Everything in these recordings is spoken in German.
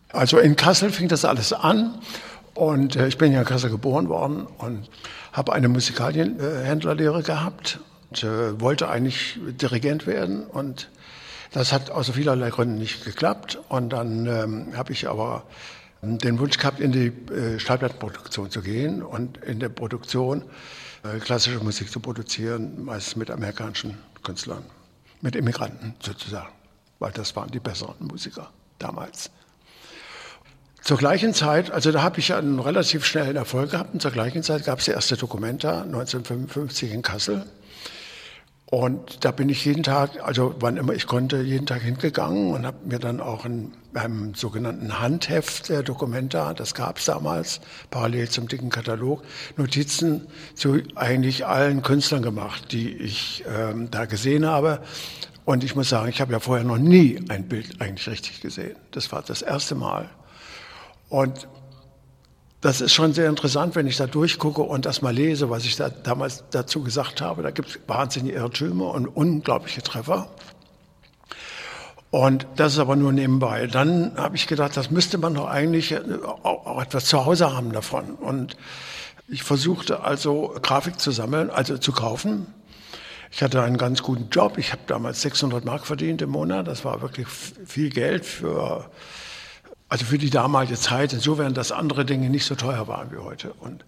Also in Kassel fing das alles an und ich bin ja in Kassel geboren worden und habe eine Musikalienhändlerlehre gehabt und wollte eigentlich Dirigent werden und das hat aus vielerlei Gründen nicht geklappt und dann habe ich aber den Wunsch gehabt, in die Schallplattenproduktion zu gehen und in der Produktion klassische Musik zu produzieren, meistens mit amerikanischen Künstlern, mit Immigranten sozusagen, weil das waren die besseren Musiker damals. Zur gleichen Zeit, also da habe ich einen relativ schnellen Erfolg gehabt und zur gleichen Zeit gab es die erste Documenta 1955 in Kassel. Und da bin ich jeden Tag, also wann immer ich konnte, jeden Tag hingegangen und habe mir dann auch in einem sogenannten Handheft der Documenta, das gab es damals, parallel zum dicken Katalog, Notizen zu eigentlich allen Künstlern gemacht, die ich da gesehen habe. Und ich muss sagen, ich habe ja vorher noch nie ein Bild eigentlich richtig gesehen. Das war das erste Mal. Und das ist schon sehr interessant, wenn ich da durchgucke und das mal lese, was ich da damals dazu gesagt habe. Da gibt es wahnsinnige Irrtümer und unglaubliche Treffer. Und das ist aber nur nebenbei. Dann habe ich gedacht, das müsste man doch eigentlich auch etwas zu Hause haben davon. Und ich versuchte also Grafik zu sammeln, also zu kaufen. Ich hatte einen ganz guten Job. Ich habe damals 600 Mark verdient im Monat. Das war wirklich viel Geld für die damalige Zeit, insofern, dass andere Dinge nicht so teuer waren wie heute. Und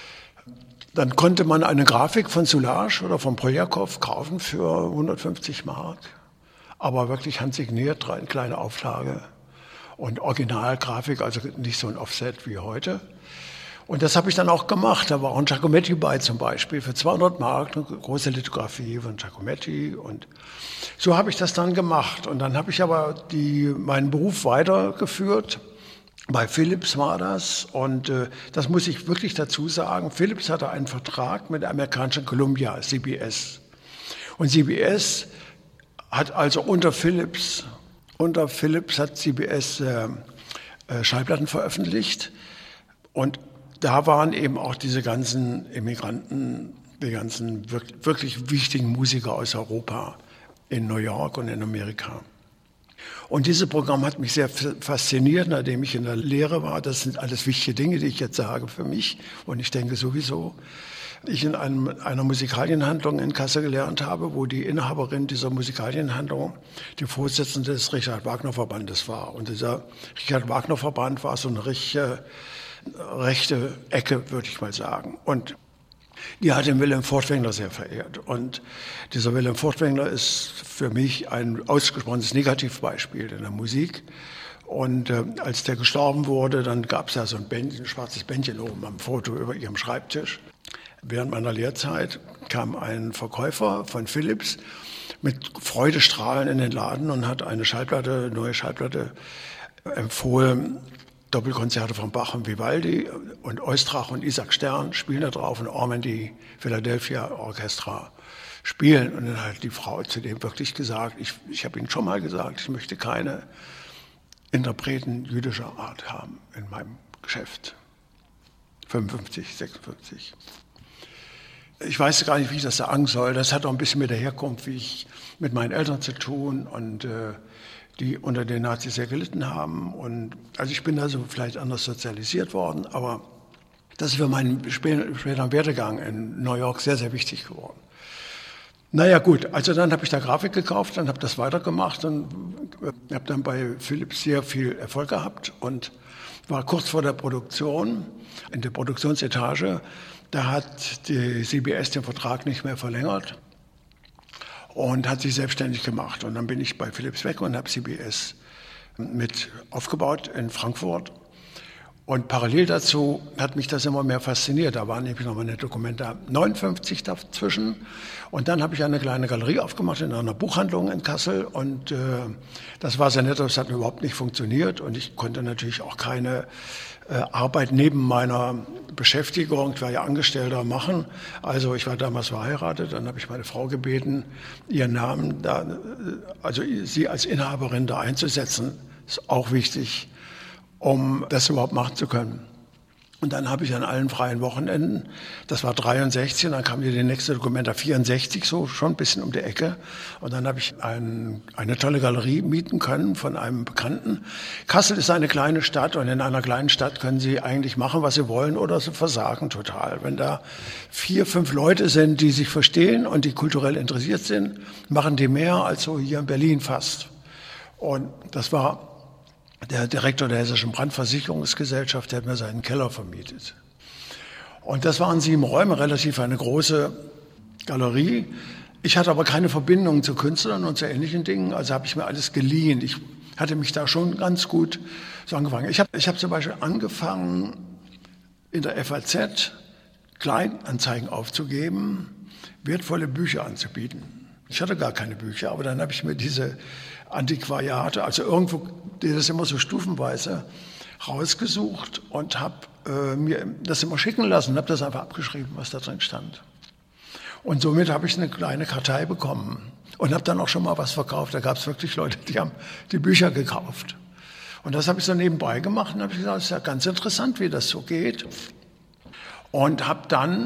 dann konnte man eine Grafik von Soulage oder von Poljakov kaufen für 150 Mark. Aber wirklich handsigniert, eine kleine Auflage und Originalgrafik, also nicht so ein Offset wie heute. Und das habe ich dann auch gemacht. Da war auch ein Giacometti bei zum Beispiel für 200 Mark, eine große Lithografie von Giacometti. Und so habe ich das dann gemacht. Und dann habe ich aber meinen Beruf weitergeführt. Bei Philips war das. Und das muss ich wirklich dazu sagen. Philips hatte einen Vertrag mit der amerikanischen Columbia, CBS. Und CBS hat also unter Philips hat CBS Schallplatten veröffentlicht. Und da waren eben auch diese ganzen Immigranten, die ganzen wirklich wichtigen Musiker aus Europa in New York und in Amerika. Und dieses Programm hat mich sehr fasziniert, nachdem ich in der Lehre war. Das sind alles wichtige Dinge, die ich jetzt sage für mich. Und ich denke sowieso, ich in einer Musikalienhandlung in Kassel gelernt habe, wo die Inhaberin dieser Musikalienhandlung die Vorsitzende des Richard Wagner Verbandes war. Und dieser Richard Wagner Verband war so eine richtige rechte Ecke, würde ich mal sagen. Und die hat den Wilhelm Furtwängler sehr verehrt. Und dieser Wilhelm Furtwängler ist für mich ein ausgesprochenes Negativbeispiel in der Musik. Und als der gestorben wurde, dann gab es ja so ein schwarzes Bändchen oben am Foto über ihrem Schreibtisch. Während meiner Lehrzeit kam ein Verkäufer von Philips mit Freudestrahlen in den Laden und hat eine neue Schallplatte empfohlen. Doppelkonzerte von Bach und Vivaldi und Oistrach und Isaac Stern spielen da drauf und Ormandy Philadelphia Orchestra spielen. Und dann hat die Frau zu dem wirklich gesagt, ich habe Ihnen schon mal gesagt, ich möchte keine Interpreten jüdischer Art haben in meinem Geschäft. 55, 56. Ich weiß gar nicht, wie ich das sagen soll. Das hat auch ein bisschen mit der Herkunft, wie ich mit meinen Eltern zu tun und die unter den Nazis sehr gelitten haben. Und also ich bin also vielleicht anders sozialisiert worden, aber das ist für meinen späteren Werdegang in New York sehr, sehr wichtig geworden. Naja gut, also dann habe ich da Grafik gekauft, dann habe das weitergemacht und habe dann bei Philips sehr viel Erfolg gehabt und war kurz vor der Produktion, in der Produktionsetage. Da hat die CBS den Vertrag nicht mehr verlängert und hat sich selbstständig gemacht. Und dann bin ich bei Philips weg und habe CBS mit aufgebaut in Frankfurt. Und parallel dazu hat mich das immer mehr fasziniert. Da war nämlich noch mal eine Documenta 59 dazwischen. Und dann habe ich eine kleine Galerie aufgemacht in einer Buchhandlung in Kassel. Und das war sehr nett, das hat überhaupt nicht funktioniert. Und ich konnte natürlich auch keine Arbeit neben meiner Beschäftigung, ich war ja Angestellter, machen. Also ich war damals verheiratet, dann habe ich meine Frau gebeten, ihren Namen da, also sie als Inhaberin da einzusetzen. Ist auch wichtig, um das überhaupt machen zu können. Und dann habe ich an allen freien Wochenenden, das war 63, und dann kam die nächste Documenta 64, so schon ein bisschen um die Ecke. Und dann habe ich eine tolle Galerie mieten können von einem Bekannten. Kassel ist eine kleine Stadt, und in einer kleinen Stadt können Sie eigentlich machen, was Sie wollen, oder Sie versagen total. Wenn da 4, 5 Leute sind, die sich verstehen und die kulturell interessiert sind, machen die mehr als so hier in Berlin fast. Und das war der Direktor der Hessischen Brandversicherungsgesellschaft, der hat mir seinen Keller vermietet. Und das waren 7 Räume, relativ eine große Galerie. Ich hatte aber keine Verbindung zu Künstlern und zu ähnlichen Dingen, also habe ich mir alles geliehen. Ich hatte mich da schon ganz gut so angefangen. Ich hab zum Beispiel angefangen, in der FAZ Kleinanzeigen aufzugeben, wertvolle Bücher anzubieten. Ich hatte gar keine Bücher, aber dann habe ich mir diese Antiquariate, also irgendwo, das immer so stufenweise rausgesucht und habe mir das immer schicken lassen und habe das einfach abgeschrieben, was da drin stand. Und somit habe ich eine kleine Kartei bekommen und habe dann auch schon mal was verkauft. Da gab es wirklich Leute, die haben die Bücher gekauft. Und das habe ich so nebenbei gemacht und habe gesagt, das ist ja ganz interessant, wie das so geht. Und habe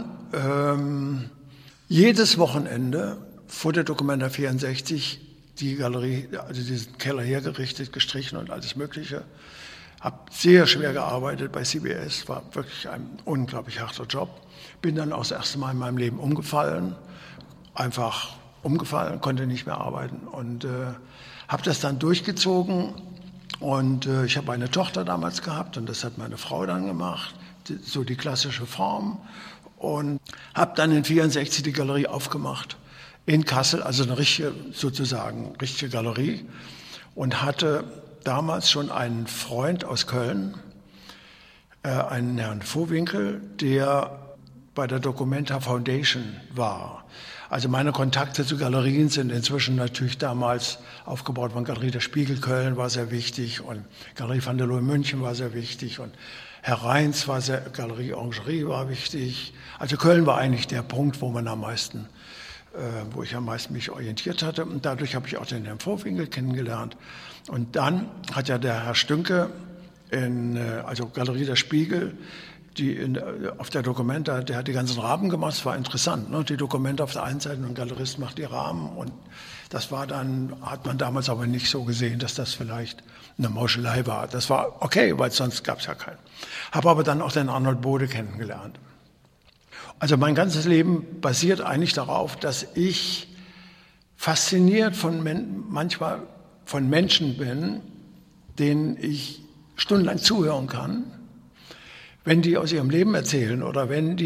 dann jedes Wochenende vor der Documenta 64 die Galerie, also diesen Keller hergerichtet, gestrichen und alles Mögliche. Habe sehr schwer gearbeitet bei CBS, war wirklich ein unglaublich harter Job. Bin dann auch das erste Mal in meinem Leben umgefallen, einfach umgefallen, konnte nicht mehr arbeiten und habe das dann durchgezogen. Und ich habe eine Tochter damals gehabt und das hat meine Frau dann gemacht, so die klassische Form. Und habe dann in 64 die Galerie aufgemacht. In Kassel, also eine richtige Galerie, und hatte damals schon einen Freund aus Köln, einen Herrn Vohwinkel, der bei der Documenta Foundation war. Also meine Kontakte zu Galerien sind inzwischen natürlich damals aufgebaut worden. Galerie der Spiegel Köln war sehr wichtig und Galerie van der Loo in München war sehr wichtig und Herr Reins Galerie Orangerie war wichtig. Also Köln war eigentlich der Punkt, wo ich am meisten mich orientiert hatte. Und dadurch habe ich auch den Herrn Vohwinkel kennengelernt. Und dann hat ja der Herr Stünke, also Galerie der Spiegel, auf der Documenta, der hat die ganzen Rahmen gemacht, es war interessant. Ne? Die Documenta auf der einen Seite und ein Galerist macht die Rahmen. Und das war dann, hat man damals aber nicht so gesehen, dass das vielleicht eine Mauschelei war. Das war okay, weil sonst gab es ja keinen. Habe aber dann auch den Arnold Bode kennengelernt. Also mein ganzes Leben basiert eigentlich darauf, dass ich fasziniert manchmal von Menschen bin, denen ich stundenlang zuhören kann, wenn die aus ihrem Leben erzählen oder wenn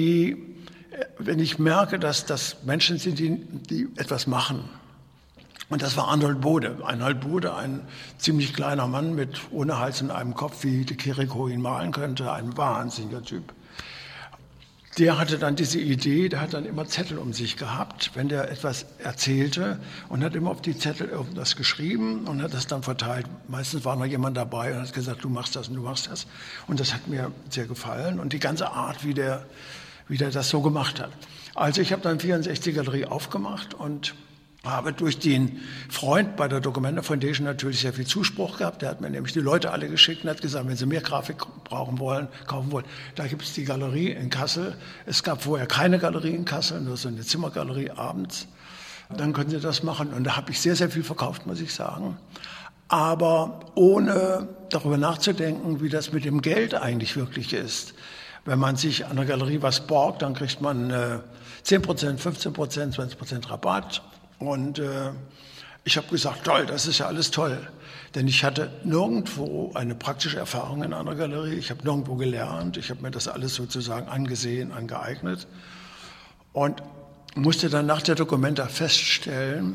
ich merke, dass das Menschen sind, die etwas machen. Und das war Arnold Bode. Arnold Bode, ein ziemlich kleiner Mann ohne Hals und einem Kopf, wie de Chirico ihn malen könnte, ein wahnsinniger Typ. Der hatte dann diese Idee, der hat dann immer Zettel um sich gehabt, wenn der etwas erzählte und hat immer auf die Zettel irgendwas geschrieben und hat das dann verteilt. Meistens war noch jemand dabei und hat gesagt, du machst das und du machst das. Und das hat mir sehr gefallen und die ganze Art, wie der das so gemacht hat. Also ich habe dann 64 Galerie aufgemacht und habe durch den Freund bei der Documenta Foundation natürlich sehr viel Zuspruch gehabt. Der hat mir nämlich die Leute alle geschickt und hat gesagt, wenn Sie mehr Grafik kaufen wollen, da gibt es die Galerie in Kassel. Es gab vorher keine Galerie in Kassel, nur so eine Zimmergalerie abends. Dann können Sie das machen. Und da habe ich sehr, sehr viel verkauft, muss ich sagen. Aber ohne darüber nachzudenken, wie das mit dem Geld eigentlich wirklich ist. Wenn man sich an der Galerie was borgt, dann kriegt man 10%, 15%, 20% Rabatt. Und ich habe gesagt, toll, das ist ja alles toll. Denn ich hatte nirgendwo eine praktische Erfahrung in einer Galerie. Ich habe nirgendwo gelernt. Ich habe mir das alles sozusagen angesehen, angeeignet. Und musste dann nach der Documenta feststellen,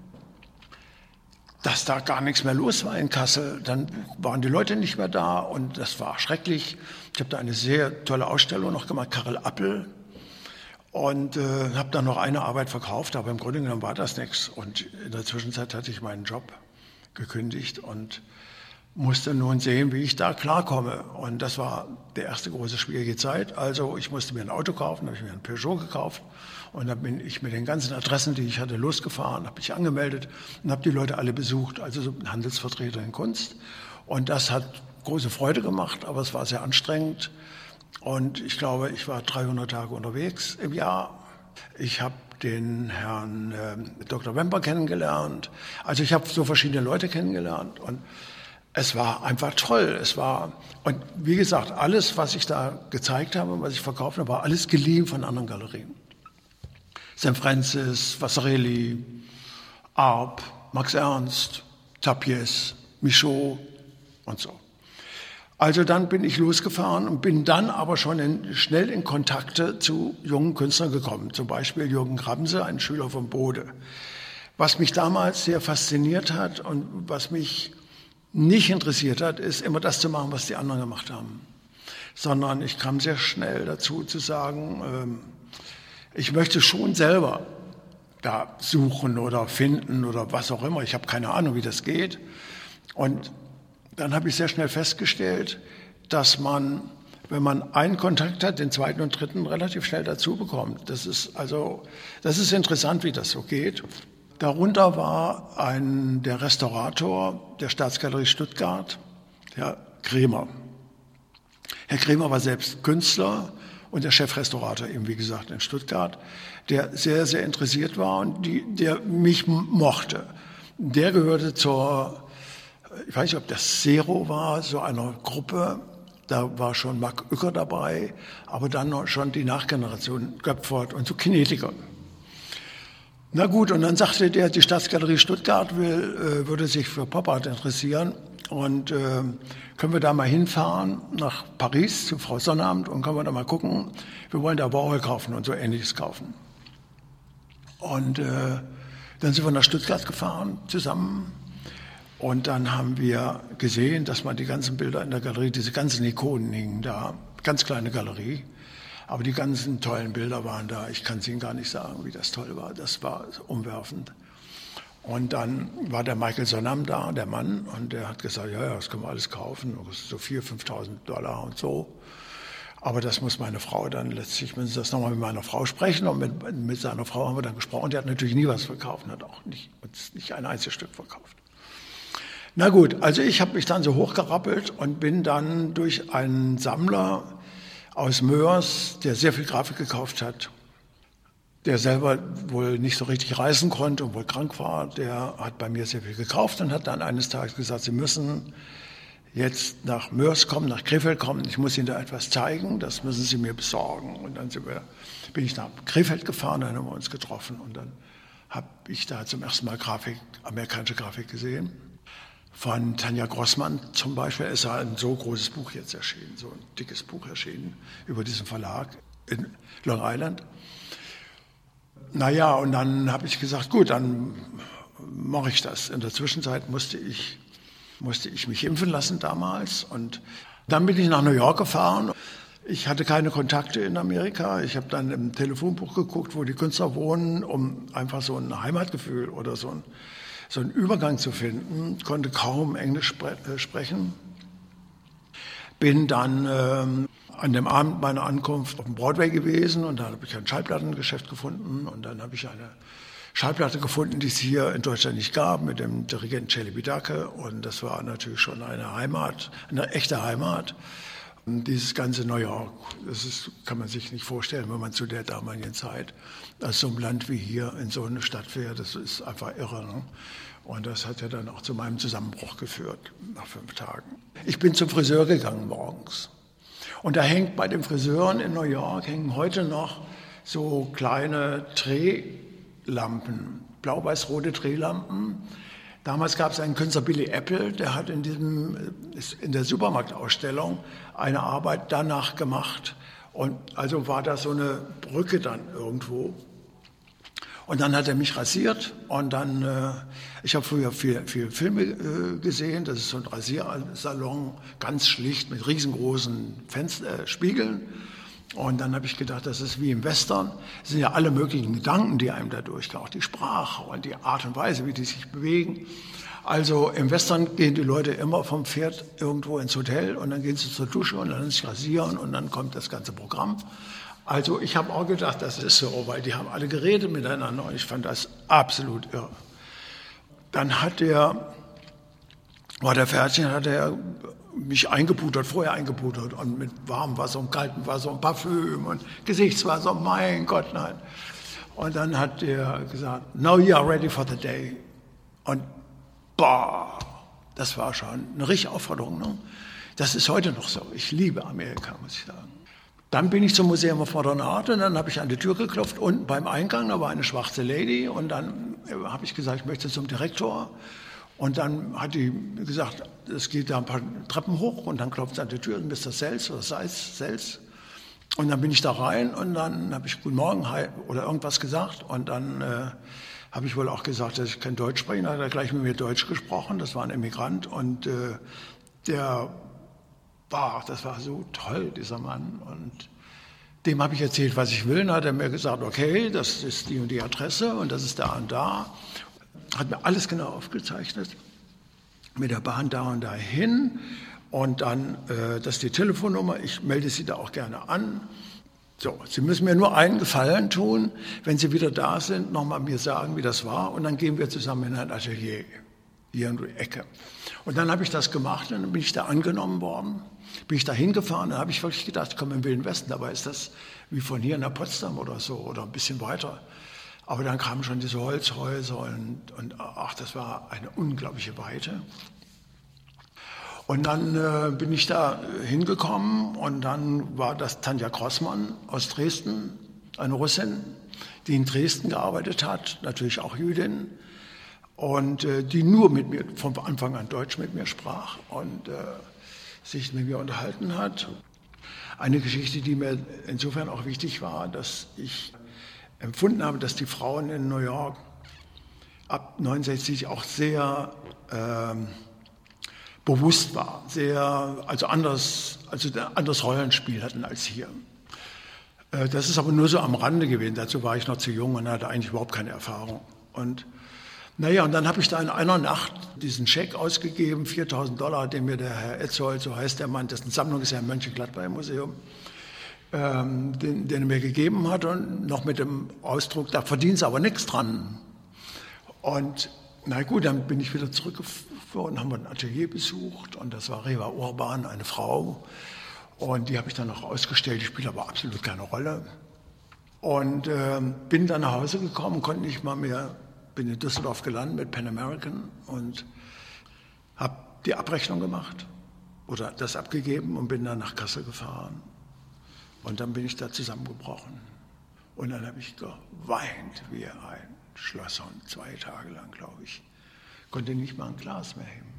dass da gar nichts mehr los war in Kassel. Dann waren die Leute nicht mehr da und das war schrecklich. Ich habe da eine sehr tolle Ausstellung noch gemacht, Karel Appel. Und habe dann noch eine Arbeit verkauft, aber im Grunde genommen war das nichts. Und in der Zwischenzeit hatte ich meinen Job gekündigt und musste nun sehen, wie ich da klarkomme. Und das war die erste große schwierige Zeit. Also ich musste mir ein Auto kaufen, habe ich mir ein Peugeot gekauft. Und dann bin ich mit den ganzen Adressen, die ich hatte, losgefahren, habe mich angemeldet und habe die Leute alle besucht, also so Handelsvertreter in Kunst. Und das hat große Freude gemacht, aber es war sehr anstrengend. Und ich glaube, ich war 300 Tage unterwegs im Jahr. Ich habe den Herrn Dr. Wemper kennengelernt. Also ich habe so verschiedene Leute kennengelernt und es war einfach toll. Und wie gesagt, alles, was ich da gezeigt habe, was ich verkauft habe, war alles geliehen von anderen Galerien. St. Francis, Vasarely, Arp, Max Ernst, Tapies, Michaud und so. Also dann bin ich losgefahren und bin dann aber schon schnell in Kontakte zu jungen Künstlern gekommen. Zum Beispiel Jürgen Kramse, ein Schüler von Bode. Was mich damals sehr fasziniert hat und was mich nicht interessiert hat, ist immer das zu machen, was die anderen gemacht haben. Sondern ich kam sehr schnell dazu zu sagen, ich möchte schon selber da suchen oder finden oder was auch immer. Ich habe keine Ahnung, wie das geht. Und dann habe ich sehr schnell festgestellt, dass man, wenn man einen Kontakt hat, den zweiten und dritten relativ schnell dazu bekommt. Das ist interessant, wie das so geht. Darunter war der Restaurator der Staatsgalerie Stuttgart, Herr Kremer. Herr Kremer war selbst Künstler und der Chefrestaurator eben, wie gesagt, in Stuttgart, der sehr, sehr interessiert war und der mich mochte. Der gehörte ich weiß nicht, ob das Zero war, so einer Gruppe, da war schon Marc Uecker dabei, aber dann noch schon die Nachgeneration, Göpfert und so Kinetiker. Na gut, und dann sagte die Staatsgalerie Stuttgart würde sich für Pop Art interessieren und können wir da mal hinfahren nach Paris zu Frau Sonnabend und können wir da mal gucken, wir wollen da Warhol kaufen und so Ähnliches kaufen. Und dann sind wir nach Stuttgart gefahren zusammen. Und dann haben wir gesehen, dass man die ganzen Bilder in der Galerie, diese ganzen Ikonen hingen da, ganz kleine Galerie, aber die ganzen tollen Bilder waren da. Ich kann es Ihnen gar nicht sagen, wie das toll war. Das war umwerfend. Und dann war der Michael Sonnam da, der Mann, und der hat gesagt, ja, das können wir alles kaufen, das kostet so 4.000, 5.000 Dollar und so. Aber das muss meine Frau dann letztlich, müssen Sie das nochmal mit meiner Frau sprechen. Und mit seiner Frau haben wir dann gesprochen. Die hat natürlich nie was verkauft, hat auch nicht ein Einzelstück verkauft. Na gut, also ich habe mich dann so hochgerappelt und bin dann durch einen Sammler aus Moers, der sehr viel Grafik gekauft hat, der selber wohl nicht so richtig reisen konnte und wohl krank war, der hat bei mir sehr viel gekauft und hat dann eines Tages gesagt, Sie müssen jetzt nach Moers kommen, nach Krefeld kommen, ich muss Ihnen da etwas zeigen, das müssen Sie mir besorgen. Und dann bin ich nach Krefeld gefahren, dann haben wir uns getroffen und dann habe ich da zum ersten Mal amerikanische Grafik gesehen. Von Tanja Grossmann zum Beispiel ist ein so großes Buch jetzt erschienen, so ein dickes Buch erschienen über diesen Verlag in Long Island. Naja, und dann habe ich gesagt, gut, dann mache ich das. In der Zwischenzeit musste ich mich impfen lassen damals und dann bin ich nach New York gefahren. Ich hatte keine Kontakte in Amerika. Ich habe dann im Telefonbuch geguckt, wo die Künstler wohnen, um einfach so ein Heimatgefühl oder so einen Übergang zu finden, konnte kaum Englisch sprechen. Bin dann an dem Abend meiner Ankunft auf dem Broadway gewesen und da habe ich ein Schallplattengeschäft gefunden und dann habe ich eine Schallplatte gefunden, die es hier in Deutschland nicht gab, mit dem Dirigenten Celi Bidacke und das war natürlich schon eine Heimat, eine echte Heimat. Und dieses ganze New York, kann man sich nicht vorstellen, wenn man zu der damaligen Zeit aus so einem Land wie hier in so eine Stadt fährt. Das ist einfach irre. Ne? Und das hat ja dann auch zu meinem Zusammenbruch geführt nach 5 Tagen. Ich bin zum Friseur gegangen morgens. Und da hängt bei den Friseuren in New York hängen heute noch so kleine Drehlampen, blau-weiß-rote Drehlampen. Damals gab es einen Künstler, Billy Apple, der hat in der Supermarktausstellung eine Arbeit danach gemacht. Und also war da so eine Brücke dann irgendwo. Und dann hat er mich rasiert und dann, ich habe früher viel Filme gesehen, das ist so ein Rasiersalon, ganz schlicht mit riesengroßen Spiegeln. Und dann habe ich gedacht, das ist wie im Western. Es sind ja alle möglichen Gedanken, die einem da durchgehen, auch die Sprache und die Art und Weise, wie die sich bewegen. Also im Western gehen die Leute immer vom Pferd irgendwo ins Hotel und dann gehen sie zur Dusche und dann sich rasieren und dann kommt das ganze Programm. Also ich habe auch gedacht, das ist so, weil die haben alle geredet miteinander und ich fand das absolut irre. Dann hat der war der fertig, hat er mich eingepudert, vorher eingepudert und mit warmem Wasser und kaltem Wasser und Parfüm und Gesichtswasser, mein Gott, nein. Und dann hat er gesagt, now you are ready for the day. Und boah, das war schon eine richtige Aufforderung. Ne? Das ist heute noch so. Ich liebe Amerika, muss ich sagen. Dann bin ich zum Museum of Modern Art und dann habe ich an die Tür geklopft. Unten beim Eingang, da war eine schwarze Lady und dann habe ich gesagt, ich möchte zum Direktor. Und dann hat die gesagt, es geht da ein paar Treppen hoch und dann klopft es an die Tür, Mr. Sells oder Sells. Und dann bin ich da rein und dann habe ich Guten Morgen oder irgendwas gesagt und dann habe ich wohl auch gesagt, dass ich kein Deutsch spreche. Dann hat er gleich mit mir Deutsch gesprochen, das war ein Immigrant und das war so toll, dieser Mann. Und dem habe ich erzählt, was ich will. Dann hat er mir gesagt, okay, das ist die und die Adresse und das ist da und da. Hat mir alles genau aufgezeichnet, mit der Bahn da und dahin. Und dann, das ist die Telefonnummer, ich melde Sie da auch gerne an. So, Sie müssen mir nur einen Gefallen tun, wenn Sie wieder da sind, nochmal mir sagen, wie das war. Und dann gehen wir zusammen in ein Atelier, hier in die Ecke. Und dann habe ich das gemacht und dann bin ich da angenommen worden. Bin ich da hingefahren, dann habe ich wirklich gedacht, ich komme im Wilden Westen. Dabei ist das wie von hier nach Potsdam oder so oder ein bisschen weiter. Aber dann kamen schon diese Holzhäuser und ach, das war eine unglaubliche Weite. Und dann bin ich da hingekommen und dann war das Tanja Grossmann aus Dresden, eine Russin, die in Dresden gearbeitet hat, natürlich auch Jüdin, und die nur mit mir, von Anfang an Deutsch mit mir sprach und sich mit mir unterhalten hat. Eine Geschichte, die mir insofern auch wichtig war, dass ich empfunden habe, dass die Frauen in New York ab 69 auch sehr bewusst war, also anderes Rollenspiel hatten als hier. Das ist aber nur so am Rande gewesen. Dazu war ich noch zu jung und hatte eigentlich überhaupt keine Erfahrung. Und und dann habe ich da in einer Nacht diesen Scheck ausgegeben, $4.000, den mir der Herr Etzold, so heißt der Mann, dessen Sammlung ist ja im Mönchengladbach Museum, den er mir gegeben hat und noch mit dem Ausdruck, da verdienst du aber nichts dran. Und na gut, dann bin ich wieder zurückgefahren, haben wir ein Atelier besucht und das war Reva Urban, eine Frau. Und die habe ich dann noch ausgestellt, die spielt aber absolut keine Rolle. Und bin dann nach Hause gekommen, konnte nicht mal mehr, bin in Düsseldorf gelandet mit Pan American und habe die Abrechnung gemacht oder das abgegeben und bin dann nach Kassel gefahren. Und dann bin ich da zusammengebrochen. Und dann habe ich geweint wie ein Schlosshund, 2 Tage lang, glaube ich. Konnte nicht mal ein Glas mehr heben.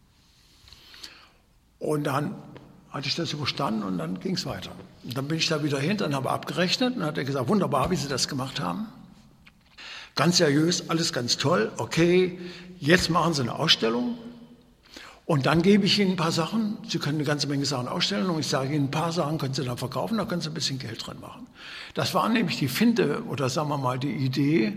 Und dann hatte ich das überstanden und dann ging es weiter. Und dann bin ich da wieder hin, dann habe ich abgerechnet und hat er gesagt, wunderbar, wie Sie das gemacht haben. Ganz seriös, alles ganz toll, okay, jetzt machen Sie eine Ausstellung und dann gebe ich Ihnen ein paar Sachen. Sie können eine ganze Menge Sachen ausstellen und ich sage Ihnen, ein paar Sachen können Sie dann verkaufen, da können Sie ein bisschen Geld drin machen. Das war nämlich die Finte oder sagen wir mal die Idee,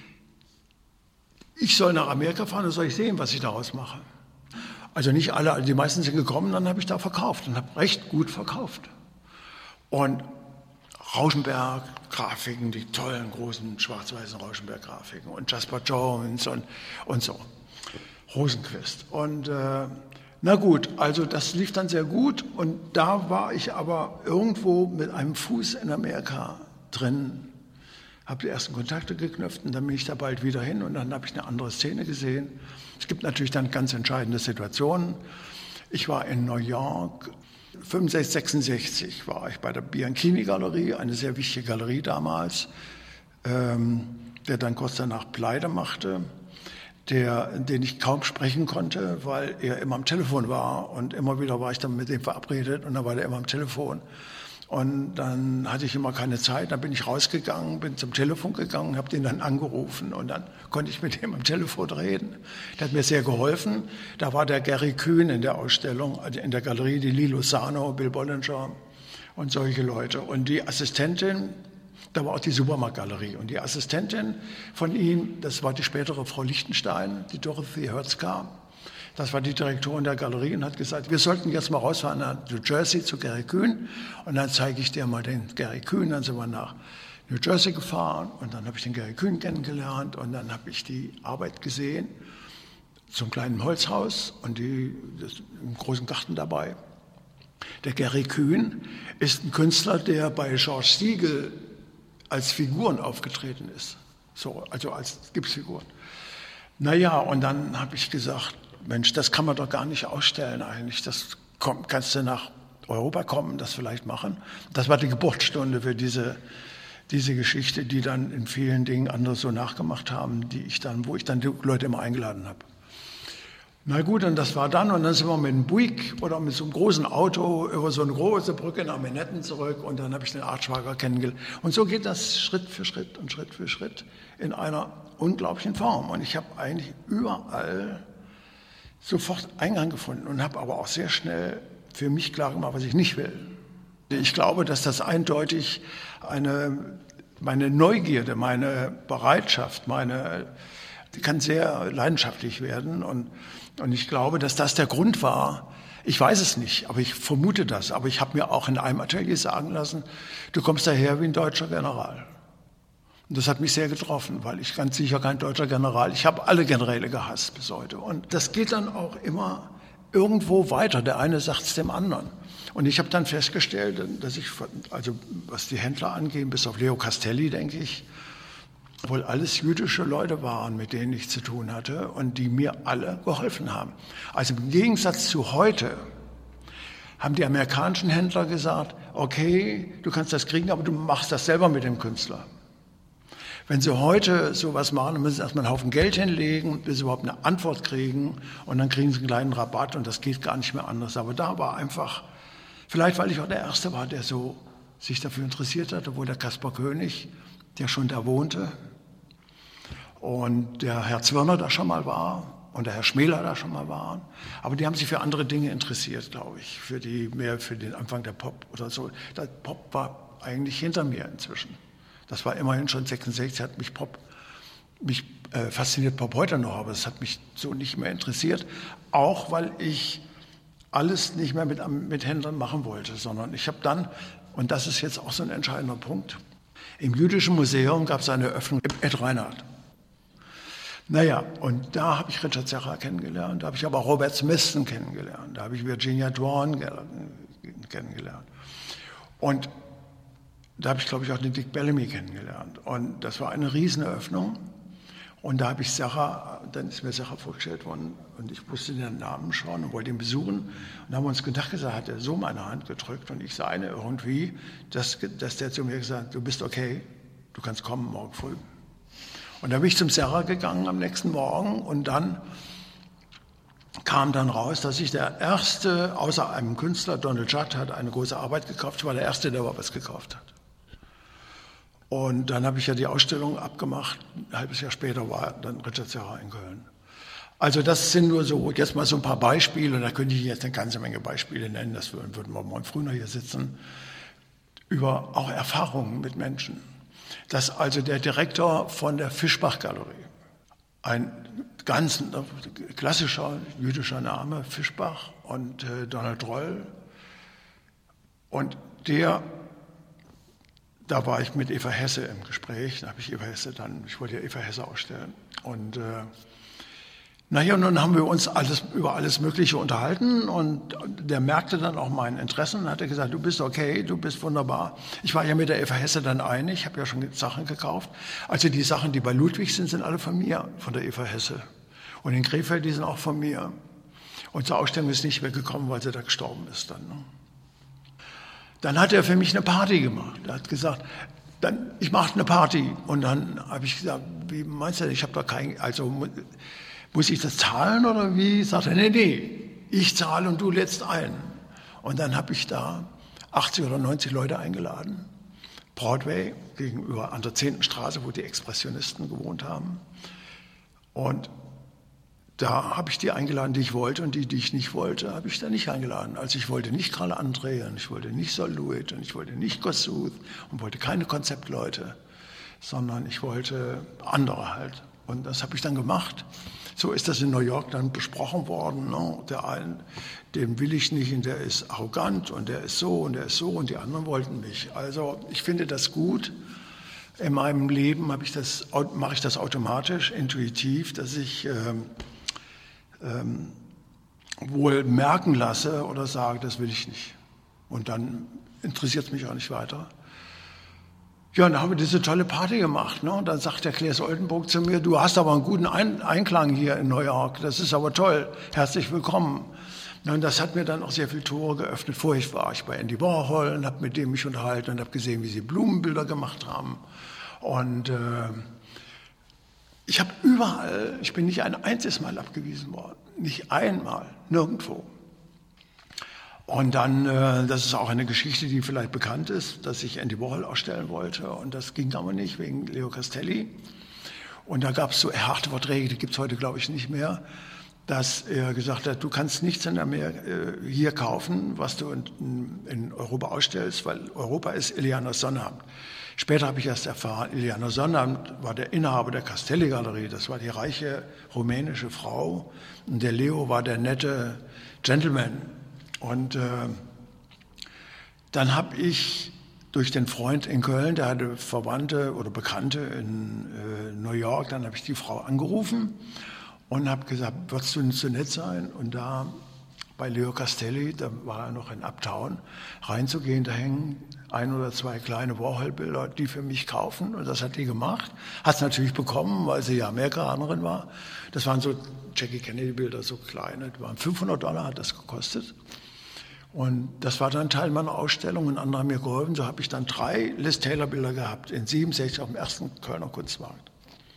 ich soll nach Amerika fahren, dann soll ich sehen, was ich daraus mache. Also nicht alle, also die meisten sind gekommen, dann habe ich da verkauft und habe recht gut verkauft. Und Rauschenberg-Grafiken, die tollen, großen, schwarz-weißen Rauschenberg-Grafiken und Jasper Jones und so, Rosenquist. Und na gut, also das lief dann sehr gut und da war ich aber irgendwo mit einem Fuß in Amerika drin, habe die ersten Kontakte geknüpft und dann bin ich da bald wieder hin und dann habe ich eine andere Szene gesehen. Es gibt natürlich dann ganz entscheidende Situationen. Ich war in New York, 65, 66 war ich bei der Bianchini-Galerie, eine sehr wichtige Galerie damals, der dann kurz danach pleite machte, den ich kaum sprechen konnte, weil er immer am Telefon war und immer wieder war ich dann mit dem verabredet und dann war er immer am Telefon. Und dann hatte ich immer keine Zeit, dann bin ich rausgegangen, bin zum Telefon gegangen, habe den dann angerufen und dann konnte ich mit ihm am Telefon reden. Der hat mir sehr geholfen. Da war der Gary Kühn in der Ausstellung, in der Galerie, die Lilo Sano, Bill Bollinger und solche Leute. Und die Assistentin, da war auch die Supermarktgalerie und die Assistentin von ihm, das war die spätere Frau Lichtenstein, die Dorothy Hörzka. Das war die Direktorin der Galerie und hat gesagt, wir sollten jetzt mal rausfahren nach New Jersey zu Gary Kühn und dann zeige ich dir mal den Gary Kühn. Dann sind wir nach New Jersey gefahren und dann habe ich den Gary Kühn kennengelernt und dann habe ich die Arbeit gesehen. zum kleinen Holzhaus und einen großen Garten dabei. Der Gary Kühn ist ein Künstler, der bei George Siegel als Figuren aufgetreten ist, so, also als Gipsfiguren. Naja, und dann habe ich gesagt, Mensch, das kann man doch gar nicht ausstellen eigentlich. Kannst du nach Europa kommen, das vielleicht machen. Das war die Geburtsstunde für diese Geschichte, die dann in vielen Dingen andere so nachgemacht haben, wo ich dann die Leute immer eingeladen habe. Na gut, und das war dann, und dann sind wir mit einem Buick oder mit so einem großen Auto über so eine große Brücke nach Manhattan zurück und dann habe ich den Art-Schwager kennengelernt. Und so geht das Schritt für Schritt und Schritt für Schritt in einer unglaublichen Form. Und ich habe eigentlich überall sofort Eingang gefunden und habe aber auch sehr schnell für mich klar gemacht, was ich nicht will. Ich glaube, dass das eindeutig meine Neugierde, meine Bereitschaft, die kann sehr leidenschaftlich werden und ich glaube, dass das der Grund war. Ich weiß es nicht, aber ich vermute das. Aber ich habe mir auch in einem Atelier sagen lassen, du kommst daher wie ein deutscher General. Und das hat mich sehr getroffen, weil ich ganz sicher kein deutscher General, ich habe alle Generäle gehasst bis heute. Und das geht dann auch immer irgendwo weiter. Der eine sagt es dem anderen. Und ich habe dann festgestellt, dass ich, also was die Händler angehen, bis auf Leo Castelli, denke ich, wohl alles jüdische Leute waren, mit denen ich zu tun hatte und die mir alle geholfen haben. Also im Gegensatz zu heute haben die amerikanischen Händler gesagt, okay, du kannst das kriegen, aber du machst das selber mit dem Künstler. Wenn sie heute sowas machen, dann müssen sie erstmal einen Haufen Geld hinlegen, bis sie überhaupt eine Antwort kriegen und dann kriegen sie einen kleinen Rabatt und das geht gar nicht mehr anders. Aber da war einfach, vielleicht weil ich auch der Erste war, der so sich dafür interessiert hatte, obwohl der Kaspar König, der schon da wohnte, und der Herr Zwirner da schon mal war und der Herr Schmäler da schon mal waren. Aber die haben sich für andere Dinge interessiert, glaube ich, mehr für den Anfang der Pop oder so. Der Pop war eigentlich hinter mir inzwischen. Das war immerhin schon 66, hat mich fasziniert Pop heute noch, aber es hat mich so nicht mehr interessiert. Auch weil ich alles nicht mehr mit Händlern machen wollte, sondern ich habe dann, und das ist jetzt auch so ein entscheidender Punkt, im Jüdischen Museum gab es eine Eröffnung im Ed Reinhardt. Naja, und da habe ich Richard Serra kennengelernt, da habe ich aber auch Robert Smithson kennengelernt, da habe ich Virginia Dwan kennengelernt. Und da habe ich, glaube ich, auch den Dick Bellamy kennengelernt. Und das war eine Rieseneröffnung. Und da habe ich dann ist mir Serra vorgestellt worden und ich wusste den Namen schon und wollte ihn besuchen. Und da haben wir uns gedacht, hat er so meine Hand gedrückt und ich seine irgendwie, dass der zu mir gesagt hat, du bist okay, du kannst kommen morgen früh. Und da bin ich zum Serra gegangen am nächsten Morgen und dann kam dann raus, dass ich der Erste, außer einem Künstler, Donald Judd, hat eine große Arbeit gekauft. Ich war der Erste, der überhaupt was gekauft hat. Und dann habe ich ja die Ausstellung abgemacht. Ein halbes Jahr später war dann Richard Serra in Köln. Also das sind nur so, jetzt mal so ein paar Beispiele. Und da könnte ich jetzt eine ganze Menge Beispiele nennen. Das würden wir morgen früh noch hier sitzen. Über auch Erfahrungen mit Menschen. Dass also der Direktor von der Fischbach-Galerie, ein ganz klassischer jüdischer Name, Fischbach und Donald Roll. Und da war ich mit Eva Hesse im Gespräch, ich wollte ja Eva Hesse ausstellen. Und naja, und dann haben wir uns über alles Mögliche unterhalten und der merkte dann auch mein Interesse und hat gesagt, du bist okay, du bist wunderbar. Ich war ja mit der Eva Hesse dann einig, ich habe ja schon Sachen gekauft. Also die Sachen, die bei Ludwig sind alle von mir, von der Eva Hesse. Und in Krefeld, die sind auch von mir. Und zur Ausstellung ist nicht mehr gekommen, weil sie da gestorben ist dann. Ne? Dann hat er für mich eine Party gemacht. Er hat gesagt, ich mache eine Party. Und dann habe ich gesagt, wie meinst du, ich habe da muss ich das zahlen oder wie? Sagt er, nee, ich zahle und du lädst ein. Und dann habe ich da 80 oder 90 Leute eingeladen. Broadway gegenüber an der 10. Straße, wo die Expressionisten gewohnt haben. Und da habe ich die eingeladen, die ich wollte, und die ich nicht wollte, habe ich da nicht eingeladen. Also ich wollte nicht Karl André und ich wollte nicht Sol LeWitt und ich wollte nicht Kossuth und wollte keine Konzeptleute, sondern ich wollte andere halt. Und das habe ich dann gemacht. So ist das in New York dann besprochen worden. Ne? Der eine, den will ich nicht und der ist arrogant und der ist so und der ist so und die anderen wollten mich. Also ich finde das gut. In meinem Leben mache ich das automatisch, intuitiv, dass ich wohl merken lasse oder sage, das will ich nicht. Und dann interessiert es mich auch nicht weiter. Ja, und dann haben wir diese tolle Party gemacht. Ne? Und dann sagt der Claes Oldenburg zu mir, du hast aber einen guten Einklang hier in New York, das ist aber toll, herzlich willkommen. Ja, und das hat mir dann auch sehr viele Tore geöffnet. Vorher war ich bei Andy Warhol und habe mit dem mich unterhalten und habe gesehen, wie sie Blumenbilder gemacht haben. Und ich habe überall, ich bin nicht ein einziges Mal abgewiesen worden, nicht einmal, nirgendwo. Und dann, das ist auch eine Geschichte, die vielleicht bekannt ist, dass ich Andy Warhol ausstellen wollte und das ging aber nicht wegen Leo Castelli. Und da gab es so harte Verträge, die gibt es heute glaube ich nicht mehr, dass er gesagt hat, du kannst nichts in Amerika hier kaufen, was du in Europa ausstellst, weil Europa ist Iliana Sonnabend. Später habe ich erst erfahren, Iliana Sonnabend war der Inhaber der Castelli-Galerie, das war die reiche rumänische Frau und der Leo war der nette Gentleman. Und dann habe ich durch den Freund in Köln, der hatte Verwandte oder Bekannte in New York, dann habe ich die Frau angerufen und habe gesagt, würdest du nicht so nett sein? Und da bei Leo Castelli, da war er noch in Uptown, reinzugehen, da hängen 1 oder 2 kleine Warhol-Bilder, die für mich kaufen. Und das hat die gemacht. Hat es natürlich bekommen, weil sie ja Amerikanerin war. Das waren so Jackie Kennedy-Bilder, so kleine. Die waren $500 hat das gekostet. Und das war dann Teil meiner Ausstellung und andere haben mir geholfen. So habe ich dann 3 Liz Taylor-Bilder gehabt in 67 auf dem ersten Kölner Kunstmarkt.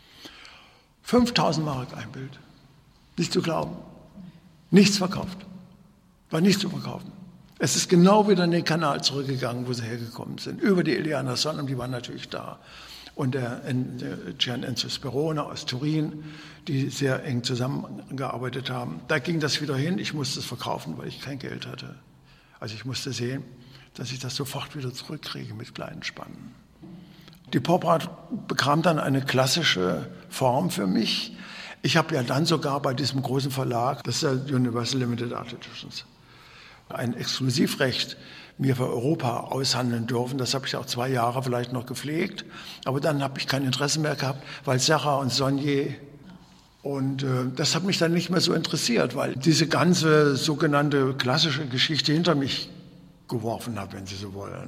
5.000 Mark ein Bild. Nicht zu glauben. Nichts verkauft. War nicht zu verkaufen. Es ist genau wieder in den Kanal zurückgegangen, wo sie hergekommen sind. Über die Iliana Sonnabend, die waren natürlich da. Und der Gian Enzo Sperone aus Turin, die sehr eng zusammengearbeitet haben. Da ging das wieder hin. Ich musste es verkaufen, weil ich kein Geld hatte. Also ich musste sehen, dass ich das sofort wieder zurückkriege mit kleinen Spannen. Die Pop Art bekam dann eine klassische Form für mich. Ich habe ja dann sogar bei diesem großen Verlag, das ist der Universal Limited Art Editions, ein Exklusivrecht mir für Europa aushandeln dürfen. Das habe ich auch 2 Jahre vielleicht noch gepflegt. Aber dann habe ich kein Interesse mehr gehabt, weil Serra und Saunier und das hat mich dann nicht mehr so interessiert, weil diese ganze sogenannte klassische Geschichte hinter mich geworfen habe, wenn Sie so wollen.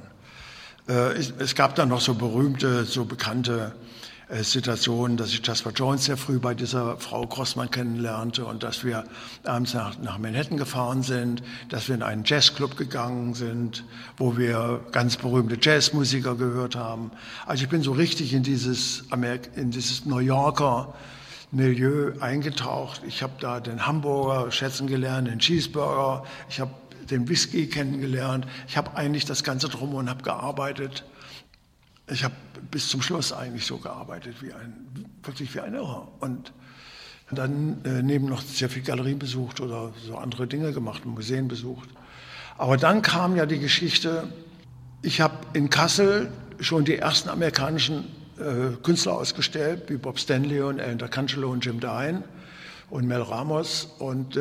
Es gab dann noch so berühmte, so bekannte Situationen, dass ich Jasper Jones sehr früh bei dieser Frau Grossmann kennenlernte und dass wir abends nach Manhattan gefahren sind, dass wir in einen Jazzclub gegangen sind, wo wir ganz berühmte Jazzmusiker gehört haben. Also ich bin so richtig in dieses New Yorker Milieu eingetaucht. Ich habe da den Hamburger schätzen gelernt, den Cheeseburger, ich habe den Whisky kennengelernt. Ich habe eigentlich das Ganze drum und habe gearbeitet. Ich habe bis zum Schluss eigentlich so gearbeitet, wirklich wie ein Irrer. Und dann neben noch sehr viel Galerien besucht oder so andere Dinge gemacht, Museen besucht. Aber dann kam ja die Geschichte, ich habe in Kassel schon die ersten amerikanischen Künstler ausgestellt, wie Bob Stanley und Alan D'Arcangelo und Jim Dine und Mel Ramos und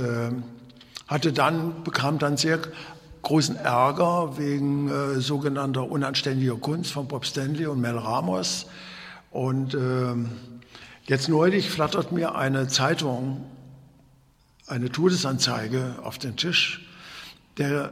bekam dann sehr großen Ärger wegen sogenannter unanständiger Kunst von Bob Stanley und Mel Ramos. Und jetzt neulich flattert mir eine Zeitung, eine Todesanzeige auf den Tisch. Der